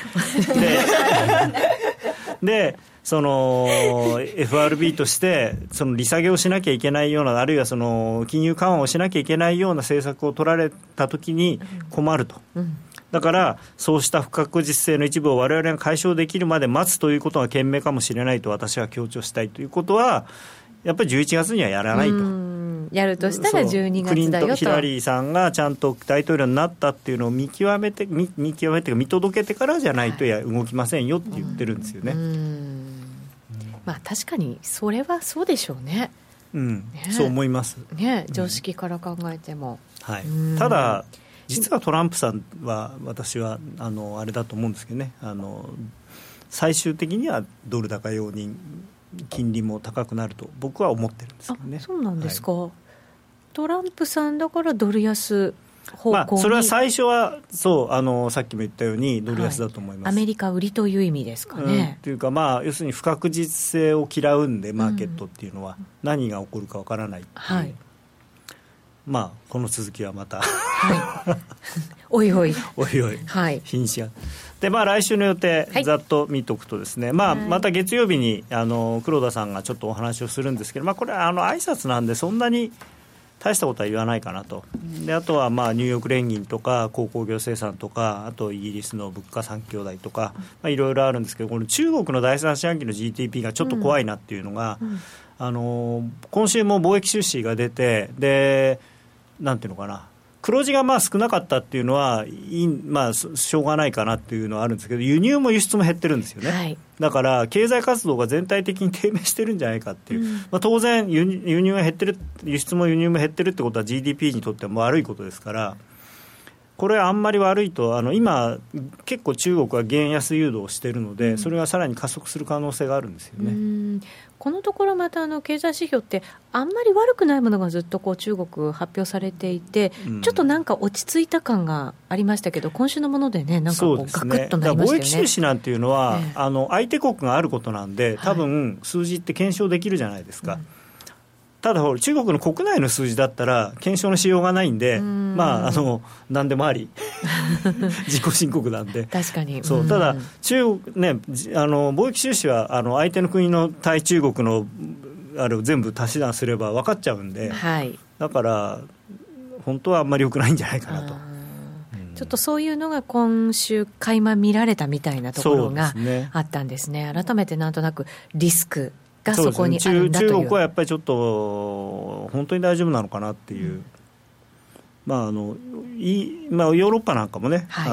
でその FRB としてその利下げをしなきゃいけないような、あるいはその金融緩和をしなきゃいけないような政策を取られたときに困ると、だからそうした不確実性の一部を我々が解消できるまで待つということが賢明かもしれないと私は強調したいということは、やっぱり11月にはやらないと、 やるとしたら12月だよと、 ヒラリーさんがちゃんと大統領になったっていうのを見届けてからじゃないと動きませんよって言ってるんですよね。 確かにそれはそうでしょうね、 そう思います、 常識から考えても、 ただ実はトランプさんは私はあれだと思うんですけどね、最終的にはドル高容認、金利も高くなると僕は思ってるんですけどね。 そうなんですか、トランプさんだからドル安方向に、 それは最初はそうさっきも言ったようにドル安だと思います、 アメリカ売りという意味ですかね、 というか要するに不確実性を嫌うんでマーケットっていうのは、何が起こるかわからないっていう、この続きはまたおいおい日にちがで、来週の予定、ざっと見ておくとですね、また月曜日に黒田さんがちょっとお話をするんですけど、これは挨拶なんでそんなに大したことは言わないかなと。であとはニューヨーク連銀とか鉱工業生産とか、あとイギリスの物価3兄弟とか、いろいろあるんですけど、この中国の第三四半期の GDP がちょっと怖いなっていうのが、今週も貿易収支が出て、でなんていうのかな、 黒字がまあ少なかったっていうのは、まあ、しょうがないかなっていうのはあるんですけど、輸入も輸出も減ってるんですよね、はい、だから経済活動が全体的に低迷してるんじゃないかっていう、まあ、当然輸入が減ってる、輸出も輸入も減ってるってことは GDP にとっても悪いことですから、これはあんまり悪いと、今結構中国は元安誘導しているので、それがさらに加速する可能性があるんですよね。 このところまた経済指標ってあんまり悪くないものがずっとこう中国発表されていて、ちょっとなんか落ち着いた感がありましたけど、今週のものでね、なんかこうガクッとなりましたよね。 貿易収支なんていうのは、相手国があることなんで、多分数字って検証できるじゃないですか、ただ中国の国内の数字だったら検証のしようがないんで、まあ、何でもあり自己申告なんで、 確かにそうただ中国、ね、貿易収支は相手の国の対中国のあれを全部足し算すれば分かっちゃうんで、はい、だから本当はあんまり良くないんじゃないかなと。 ちょっとそういうのが今週垣間見られたみたいなところがあったんですね。改めてなんとなくリスクがそこにあるんだという。 中国はやっぱりちょっと本当に大丈夫なのかなっていう、まあヨーロッパなんかもね、はい、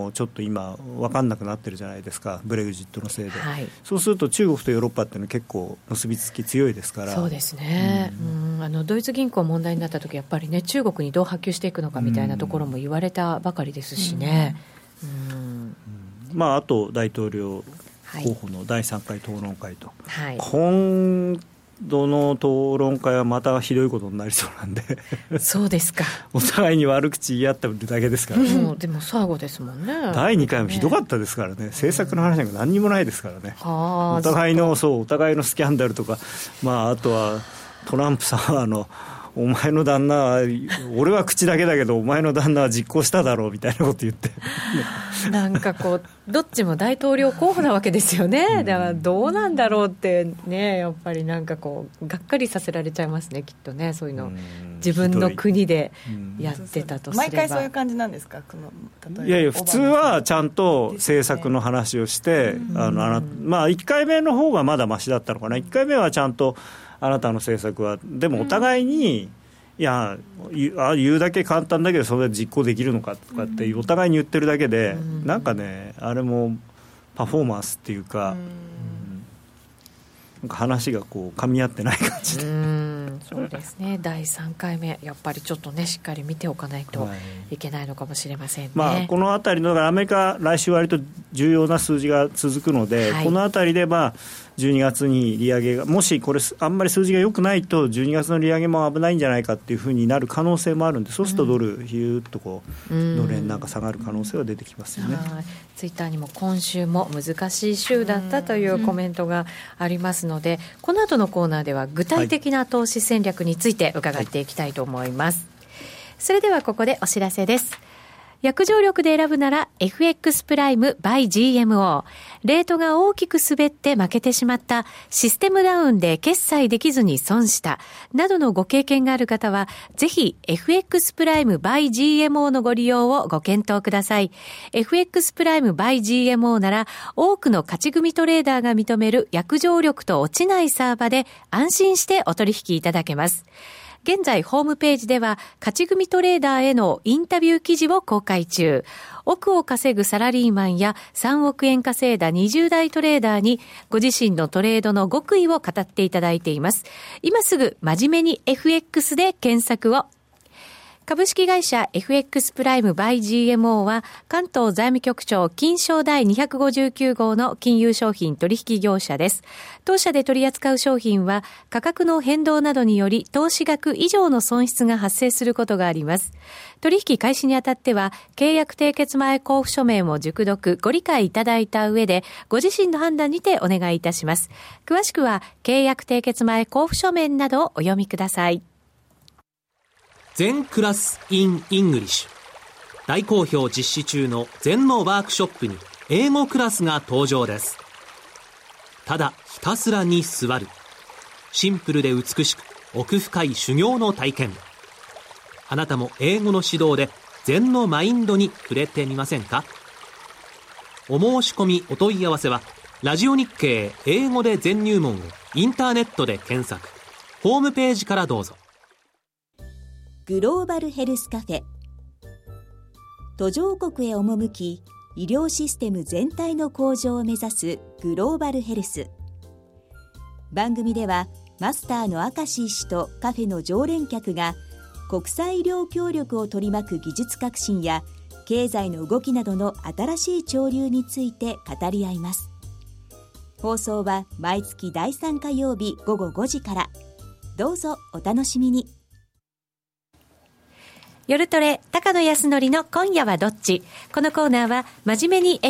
ちょっと今分かんなくなってるじゃないですか、ブレグジットのせいで、はい、そうすると中国とヨーロッパっていうのは結構結びつき強いですから。 そうですね、ドイツ銀行問題になった時やっぱりね、中国にどう波及していくのかみたいなところも言われたばかりですしね、 まあ、あと大統領候補の第3回討論会と、 はい、 今度の討論会はまたひどいことになりそうなんでそうですかお互いに悪口言い合ってるだけですからね、 でも最後ですもんね。 第2回もひどかったですからね、政策の話なんか何にもないですからね、お互いのスキャンダルとか、まあ、あとはトランプさんはお前の旦那は俺は口だけだけどお前の旦那は実行しただろうみたいなこと言ってなんかこうどっちも大統領候補なわけですよね、だからどうなんだろうってね、やっぱりなんかこうがっかりさせられちゃいますね、きっとね、そういうの自分の国でやってたとすれば。 毎回そういう感じなんですか。 いやいや、普通はちゃんと政策の話をして、まあ、1回目の方がまだマシだったのかな。1回目はちゃんとあなたの政策はでもお互いに、いや言うだけ簡単だけどそれで実行できるのかとかってお互いに言ってるだけで、なんかね、あれもパフォーマンスっていうか、なんか話がこう噛み合ってない感じでそうですね、第3回目やっぱりちょっとねしっかり見ておかないといけないのかもしれませんね、 まあ、このあたりのアメリカ来週割と重要な数字が続くので、このあたりでまあ12月に利上げがもしこれあんまり数字が良くないと12月の利上げも危ないんじゃないかっていうふうになる可能性もあるんで、そうするとドルヒューッとこうドル円なんか下がる可能性は出てきますよね。 ツイッターにも今週も難しい週だったというコメントがありますので、この後のコーナーでは具体的な投資戦略について伺っていきたいと思います、それではここでお知らせです。約定力で選ぶなら FX プライム by GMO。レートが大きく滑って負けてしまった、システムダウンで決済できずに損したなどのご経験がある方は、ぜひ FX プライム by GMO のご利用をご検討ください。FX プライム by GMO なら多くの勝ち組トレーダーが認める約定力と落ちないサーバで安心してお取引いただけます。現在ホームページでは勝ち組トレーダーへのインタビュー記事を公開中。億を稼ぐサラリーマンや3億円稼いだ20代トレーダーにご自身のトレードの極意を語っていただいています。今すぐ真面目に FX で検索を。株式会社 FX プライム by GMO は関東財務局長金商第259号の金融商品取引業者です。当社で取り扱う商品は価格の変動などにより投資額以上の損失が発生することがあります。取引開始にあたっては契約締結前交付書面を熟読ご理解いただいた上でご自身の判断にてお願いいたします。詳しくは契約締結前交付書面などをお読みください。 全クラス in English 大好評実施中の全のワークショップに英語クラスが登場です。ただひたすらに座る、シンプルで美しく奥深い修行の体験。あなたも英語の指導で禅のマインドに触れてみませんか？お申し込みお問い合わせはラジオ日経英語で全入門をインターネットで検索、ホームページからどうぞ。 グローバルヘルスカフェ途上国へ赴き、医療システム全体の向上を目指すグローバルヘルス。番組ではマスターの明石医師とカフェの常連客が国際医療協力を取り巻く技術革新や経済の動きなどの新しい潮流について語り合います。放送は毎月第3火曜日午後5時から。どうぞお楽しみに。 夜トレ高野康則の今夜はどっち。このコーナーは真面目に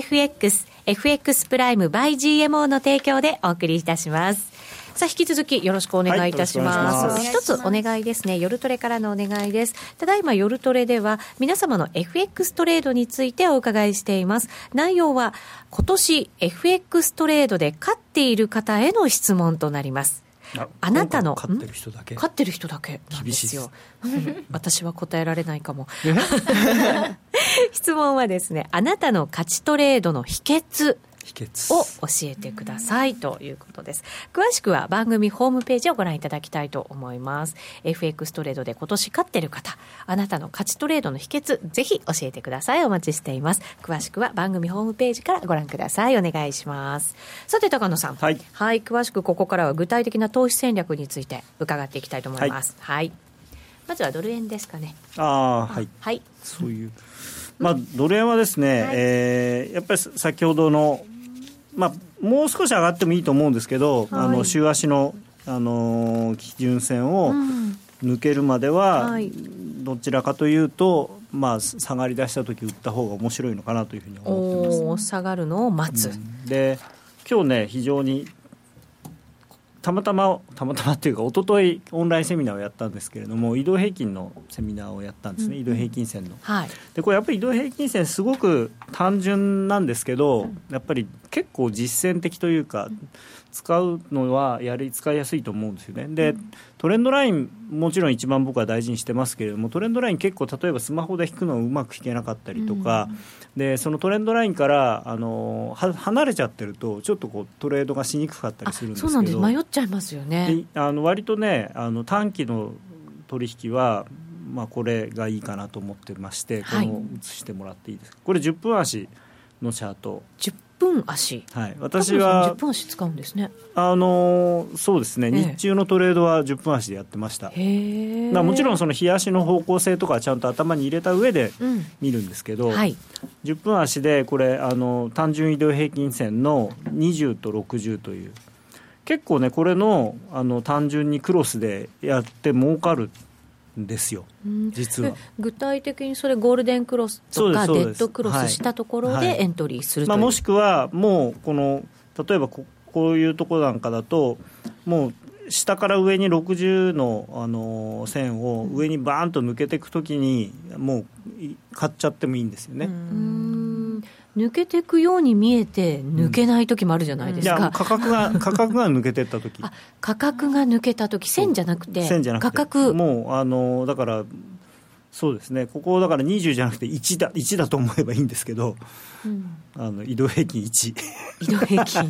FX プライム by GMO の提供でお送りいたします。さあ引き続きよろしくお願いいたします。一つお願いですね。夜トレからのお願いです。ただいま夜トレでは皆様の FX トレードについてお伺いしています。内容は今年 FX トレードで勝っている方への質問となります。あなたの勝ってる人だけなんですよ。私は答えられないかも。質問はですね、あなたの勝ちトレードの秘訣を教えてくださいということです。詳しくは番組ホームページをご覧いただきたいと思います。 FX トレードで今年勝ってる方、あなたの勝ちトレードの秘訣、ぜひ教えてください。お待ちしています。詳しくは番組ホームページからご覧ください。お願いします。さて高野さん、はい、詳しくここからは具体的な投資戦略について伺っていきたいと思います。まずはドル円ですかね。 そういうドル円はですね、やっぱり先ほどのもう少し上がってもいいと思うんですけど、週足の、基準線を抜けるまでは、どちらかというと、下がり出した時売った方が面白いのかなというふうに思ってます。 下がるのを待つ、 で今日ね非常にたまたまっていうか一昨日オンラインセミナーをやったんですけれども、移動平均のセミナーをやったんですね、移動平均線の、でこれやっぱり移動平均線すごく単純なんですけど、やっぱり結構実践的というか、使うのは使いやすいと思うんですよね。でトレンドラインもちろん一番僕は大事にしてますけれども、トレンドライン結構例えばスマホで引くのをうまく引けなかったりとか、でそのトレンドラインから離れちゃってるとちょっとトレードがしにくかったりするんですけど、 そうなんです、迷っちゃいますよね。 割とね短期の取引はこれがいいかなと思ってまして、この映してもらっていいですか。これ10分足のチャート。 10分足、 私は 10分足使うんですね。 そうですね、日中のトレードは10分足でやってました。もちろんその日足の方向性とかはちゃんと頭に入れた上で見るんですけど、10分足でこれ単純移動平均線の20と60という、結構ねこれの単純にクロスでやって儲かるですよ、実は。具体的にそれゴールデンクロスとかデッドクロスしたところでエントリーするという、 もしくはもう例えばこういうところなんかだと、もう下から上に60の、線を上にバーンと抜けていくときにもう買っちゃってもいいんですよね。 抜けていくように見えて抜けない時もあるじゃないですか。 価格が抜けていった時価格が抜けた時、線じゃなくて価格、 もうだからそうですね、ここだから20じゃなくて1だと思えばいいんですけど、移動平均1 移動平均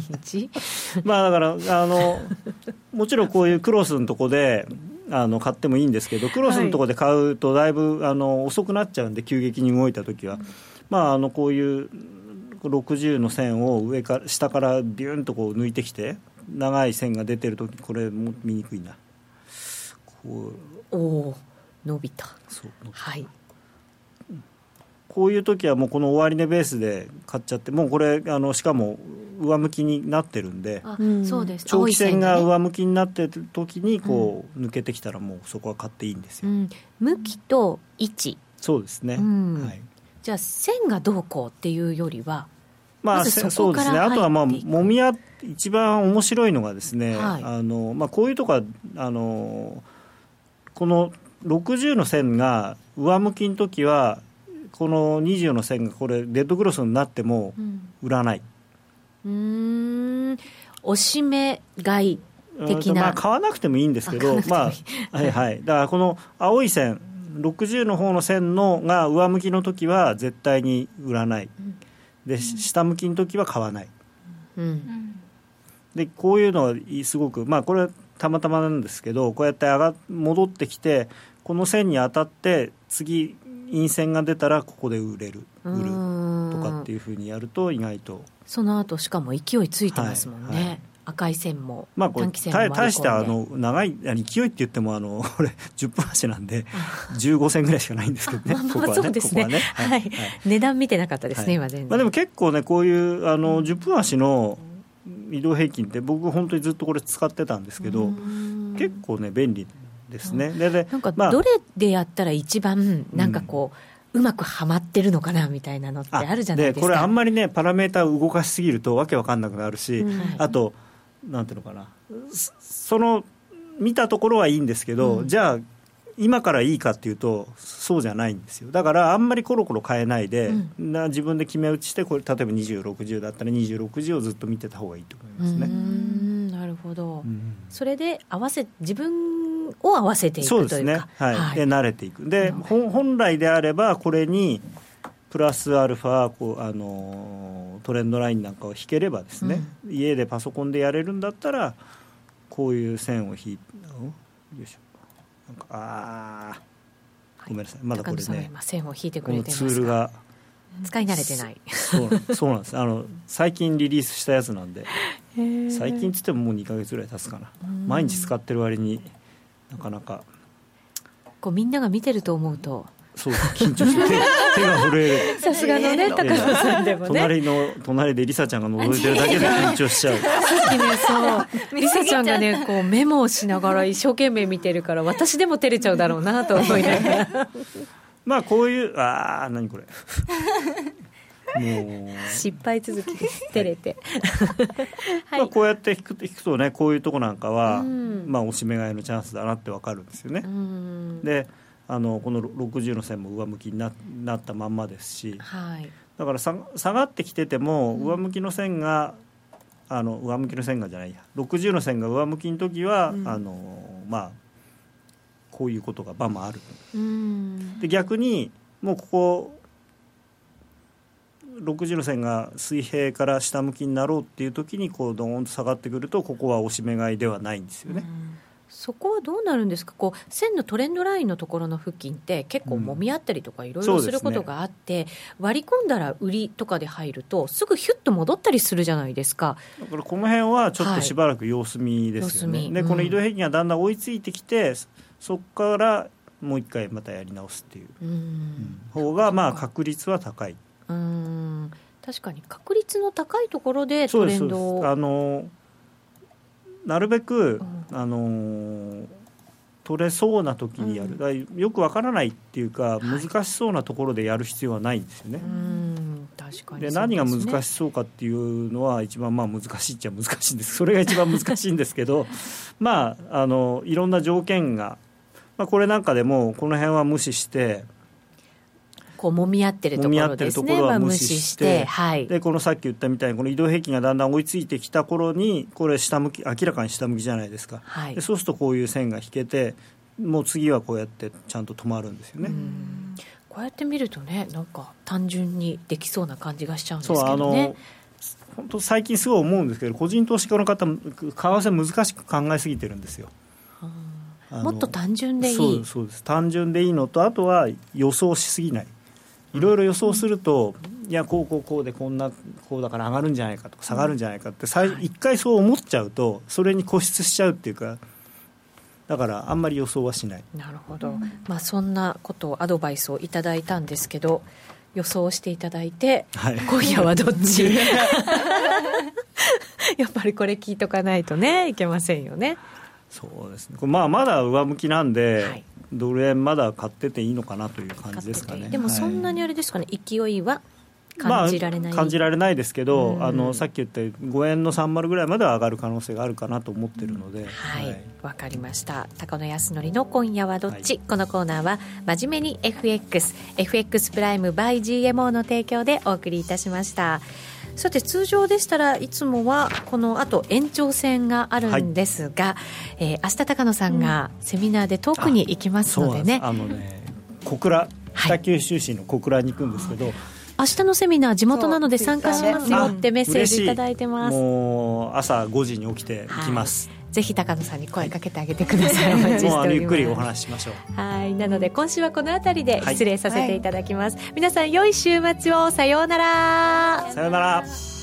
1? だからもちろんこういうクロスのとこで買ってもいいんですけど、クロスのとこで買うとだいぶ遅くなっちゃうんで、急激に動いた時はこういう60の線を下からビューンと抜いてきて長い線が出てるとき、これも見にくいな、 伸びた。 こういうときはもうこの終値ベースで買っちゃって、もうこれしかも上向きになってるんで、 そうです、 長期線が上向きになってるときに抜けてきたらもうそこは買っていいんですよ、 向きと位置。 そうですね、 じゃあ線がどうこうっていうよりは、 まずそこから入っていく。あとはもみ合一番面白いのがですね、こういうとこはこの60の線が上向きの時はこの20の線がこれデッドクロスになっても売らない、 おしめ買い的な、 買わなくてもいいんですけど、だからこの青い線60の方の線のが上向きの時は絶対に売らない、で下向きの時は買わない、でこういうのはすごく、これはたまたまなんですけど、こうやって戻ってきてこの線に当たって次陰線が出たらここで売るとかっていうふうにやると意外とその後しかも勢いついてますもんね、はいはい、赤い線も短期線も大して長い勢いって言ってもこれ10分足なんで15銭ぐらいしかないんですけどねここはね、 そうですね、ここはね、はいはい、値段見てなかったですね、はい、今全然、 でも結構ねこういう10分足の移動平均って僕本当にずっとこれ使ってたんですけど結構ね便利ですね。でなんかどれでやったら一番なんかこう、うまくはまってるのかなみたいなのってあるじゃないですか。 でこれあんまりねパラメータを動かしすぎるとわけわかんなくなるし、あとなんていうのかな、その見たところはいいんですけど、じゃあ今からいいかっていうとそうじゃないんですよ。だからあんまりコロコロ変えないで、自分で決め打ちしてこれ例えば2060だったら2060をずっと見てた方がいいと思いますね。 なるほど、それで自分を合わせていくというか、 そうですね、はいはい、で慣れていくで、本来であればこれにプラスアルファトレンドラインなんかを引ければですね、家でパソコンでやれるんだったらこういう線を引いてよいしょごめんなさい、まだこれね今線を引いてくれてますこのツールが使い慣れてないそうなんです最近リリースしたやつなんで最近つってももう2ヶ月ぐらい経つかな。毎日使ってる割になかなかこうみんなが見てると思うとそう緊張して手が震えるさすがのね高野さんでもね隣でリサちゃんが覗いてるだけで緊張しちゃう。 さっきねそうリサちゃんがねこうメモをしながら一生懸命見てるから私でも照れちゃうだろうなと思いながらまあこういう何これもう失敗続きです照れてはい、まあ、こうやって引くとねこういうとこなんかは、まあ、おしめ買いのチャンスだなって分かるんですよね。でこの60の線も上向きに なったまんまですし、はい、だから下がってきてても上向きの線が上向きの線がじゃないや60の線が上向きの時は、まあこういうことがバンバンある。で逆にもうここ60の線が水平から下向きになろうっていう時にこうドーンと下がってくるとここはおしめ買いではないんですよね。 そこはどうなるんですか。こう線のトレンドラインのところの付近って結構揉み合ったりとかいろいろすることがあって、割り込んだら売りとかで入るとすぐヒュッと戻ったりするじゃないですか。 だからこの辺はちょっとしばらく様子見ですよね、でこの移動平均がだんだん追いついてきてそこからもう一回またやり直すっていう、方がまあ確率は高い。 確かに確率の高いところでトレンドをなるべく、取れそうな時にやる、よくわからないっていうか、難しそうなところでやる必要はないんですよね。 確かにで何が難しそうかっていうのは一番まあ難しいっちゃ難しいんです。それが一番難しいんですけどまあいろんな条件が、まあ、これなんかでもこの辺は無視してこう揉み合ってるところですね、 無視して、はい、でこのさっき言ったみたいにこの移動平均がだんだん追いついてきた頃にこれ下向き、明らかに下向きじゃないですか、はい、でそうするとこういう線が引けてもう次はこうやってちゃんと止まるんですよね。 こうやって見るとねなんか単純にできそうな感じがしちゃうんですけどね。 本当最近すごい思うんですけど個人投資家の方為替難しく考えすぎてるんですよ。 もっと単純でいい。 そうです。単純でいいのとあとは予想しすぎない。いろいろ予想すると、いやこうでこうだから上がるんじゃないかとか下がるんじゃないかって一回そう思っちゃうとそれに固執しちゃうっていうか、だからあんまり予想はしない。 なるほど、まあ、そんなことをアドバイスをいただいたんですけど予想していただいて、はい、今夜はどっちやっぱりこれ聞いとかないとねいけませんよね。 そうですね、まあ、まだ上向きなんで、はい、ドル円まだ買ってていいのかなという感じですかね。 でもそんなにあれですかね、勢いは感じられない、 感じられないですけど、さっき言った5円の30ぐらいまでは上がる可能性があるかなと思ってるので、 わかりました。高野康則の今夜はどっち、このコーナーは真面目に FX プライム by GMO の提供でお送りいたしました。さて通常でしたらいつもはこの後延長戦があるんですが、明日高野さんがセミナーで遠くに行きますのでね、 小倉、北九州市の小倉に行くんですけど、 明日のセミナー地元なので参加しますよってメッセージいただいてます。 もう朝5時に起きて行きます、 ぜひ高野さんに声かけてあげてください。お待ちしております。 ゆっくりお話ししましょう。 はい、なので今週はこのあたりで失礼させていただきます、皆さん良い週末を。さようなら。 さようなら。